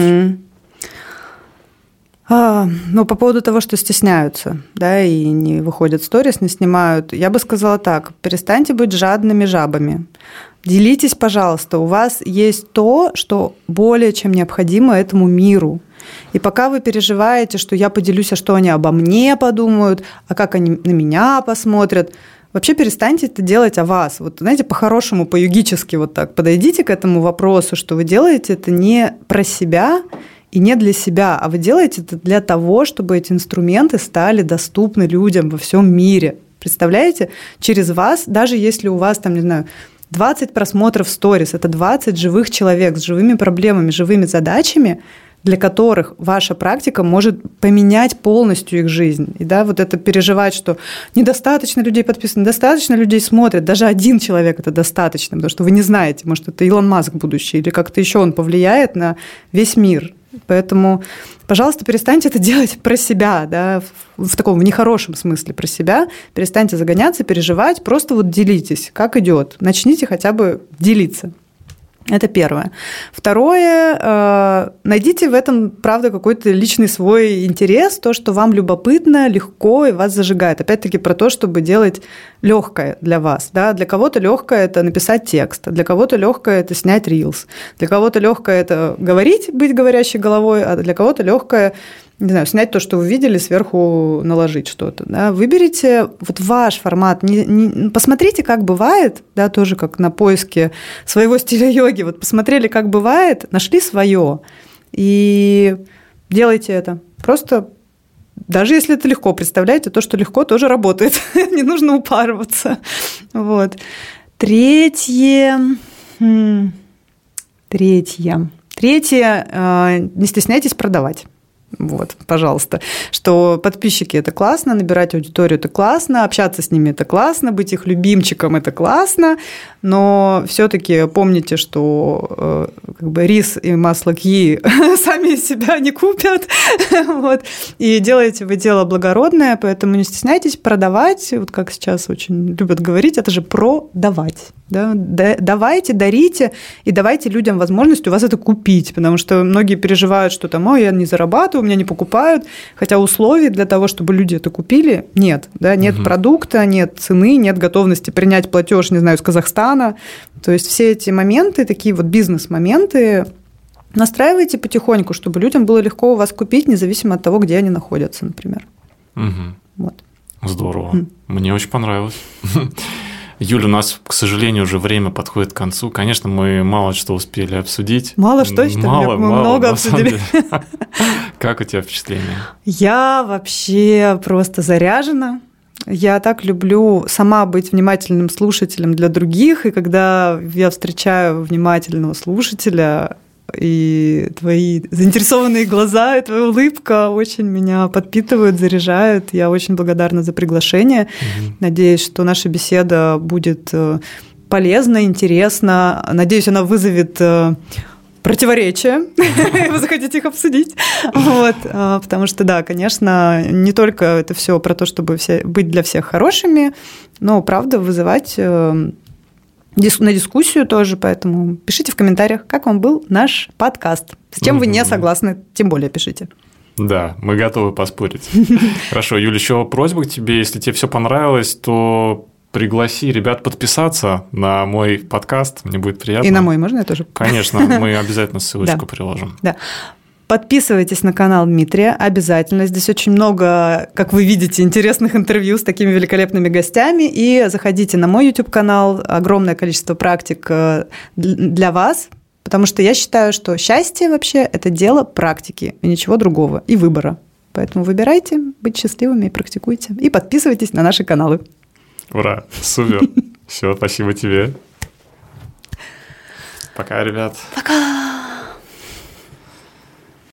По поводу того, что стесняются, да, и не выходят в сторис, не снимают, я бы сказала так: перестаньте быть жадными жабами. Делитесь, пожалуйста, у вас есть то, что более чем необходимо этому миру. И пока вы переживаете, что я поделюсь, а что они обо мне подумают, а как они на меня посмотрят, вообще перестаньте это делать о вас. Вот, знаете, по-хорошему, по-югически вот так подойдите к этому вопросу, что вы делаете это не про себя и не для себя, а вы делаете это для того, чтобы эти инструменты стали доступны людям во всем мире. Представляете? Через вас, даже если у вас там, не знаю, 20 просмотров сторис, это 20 живых человек с живыми проблемами, живыми задачами, для которых ваша практика может поменять полностью их жизнь. И да, вот это переживать, что недостаточно людей подписано, недостаточно людей смотрят, даже один человек это достаточно, потому что вы не знаете, может, это Илон Маск будущий, или как-то еще он повлияет на весь мир. Поэтому, пожалуйста, перестаньте это делать про себя, да, в таком в нехорошем смысле про себя. Перестаньте загоняться, переживать, просто вот делитесь, как идет. Начните хотя бы делиться. Это первое. Второе, найдите в этом, правда, какой-то личный свой интерес, то, что вам любопытно, легко и вас зажигает. Опять-таки про то, чтобы делать легкое для вас. Да? Для кого-то легкое – это написать текст, для кого-то легкое – это снять рилс, для кого-то легкое – это говорить, быть говорящей головой, а для кого-то легкое – не знаю, снять то, что вы видели, сверху наложить что-то. Да? Выберите вот ваш формат. Посмотрите, как бывает, да, тоже как на поиске своего стиля йоги. Вот посмотрели, как бывает, нашли свое. И делайте это. Просто, даже если это легко, представляете, то, что легко, тоже работает. Не нужно упарываться. Вот. Третье, не стесняйтесь продавать. Вот, пожалуйста, что подписчики – это классно, набирать аудиторию – это классно, общаться с ними – это классно, быть их любимчиком – это классно, но все-таки помните, что рис и масло кьи сами себя не купят, вот, и делаете вы дело благородное, поэтому не стесняйтесь продавать, вот как сейчас очень любят говорить, это же продавать. Да? Давайте, дарите и давайте людям возможность у вас это купить, потому что многие переживают, что там, я не зарабатываю, у меня не покупают, хотя условий для того, чтобы люди это купили, нет. Да? Нет продукта, нет цены, нет готовности принять платеж, не знаю, из Казахстана. То есть все эти моменты, такие вот бизнес-моменты, настраивайте потихоньку, чтобы людям было легко у вас купить, независимо от того, где они находятся, например. Вот. Здорово. Мне очень понравилось. Юля, у нас, к сожалению, уже время подходит к концу. Конечно, мы мало что успели обсудить. Мало что, мы много обсудили. Как у тебя впечатление? Я вообще просто заряжена. Я так люблю сама быть внимательным слушателем для других, и когда я встречаю внимательного слушателя, и твои заинтересованные глаза, и твоя улыбка очень меня подпитывают, заряжают. Я очень благодарна за приглашение. Надеюсь, что наша беседа будет полезна, интересна. Надеюсь, она вызовет противоречия, вы захотите их обсудить. Вот. Потому что, да, конечно, не только это все про то, чтобы быть для всех хорошими, но, правда, вызывать на дискуссию тоже. Поэтому пишите в комментариях, как вам был наш подкаст. С чем вы не согласны, тем более пишите. Да, мы готовы поспорить. Хорошо, Юль, еще просьба к тебе. Если тебе все понравилось, то пригласи ребят подписаться на мой подкаст. Мне будет приятно. И на мой можно я тоже? Конечно, мы обязательно ссылочку приложим. Да. Подписывайтесь на канал Дмитрия обязательно. Здесь очень много, как вы видите, интересных интервью с такими великолепными гостями. И заходите на мой YouTube-канал. Огромное количество практик для вас. Потому что я считаю, что счастье вообще – это дело практики и ничего другого, и выбора. Поэтому выбирайте быть счастливыми и практикуйте. И подписывайтесь на наши каналы. Ура, супер. Все, спасибо тебе. Пока, ребят. Пока.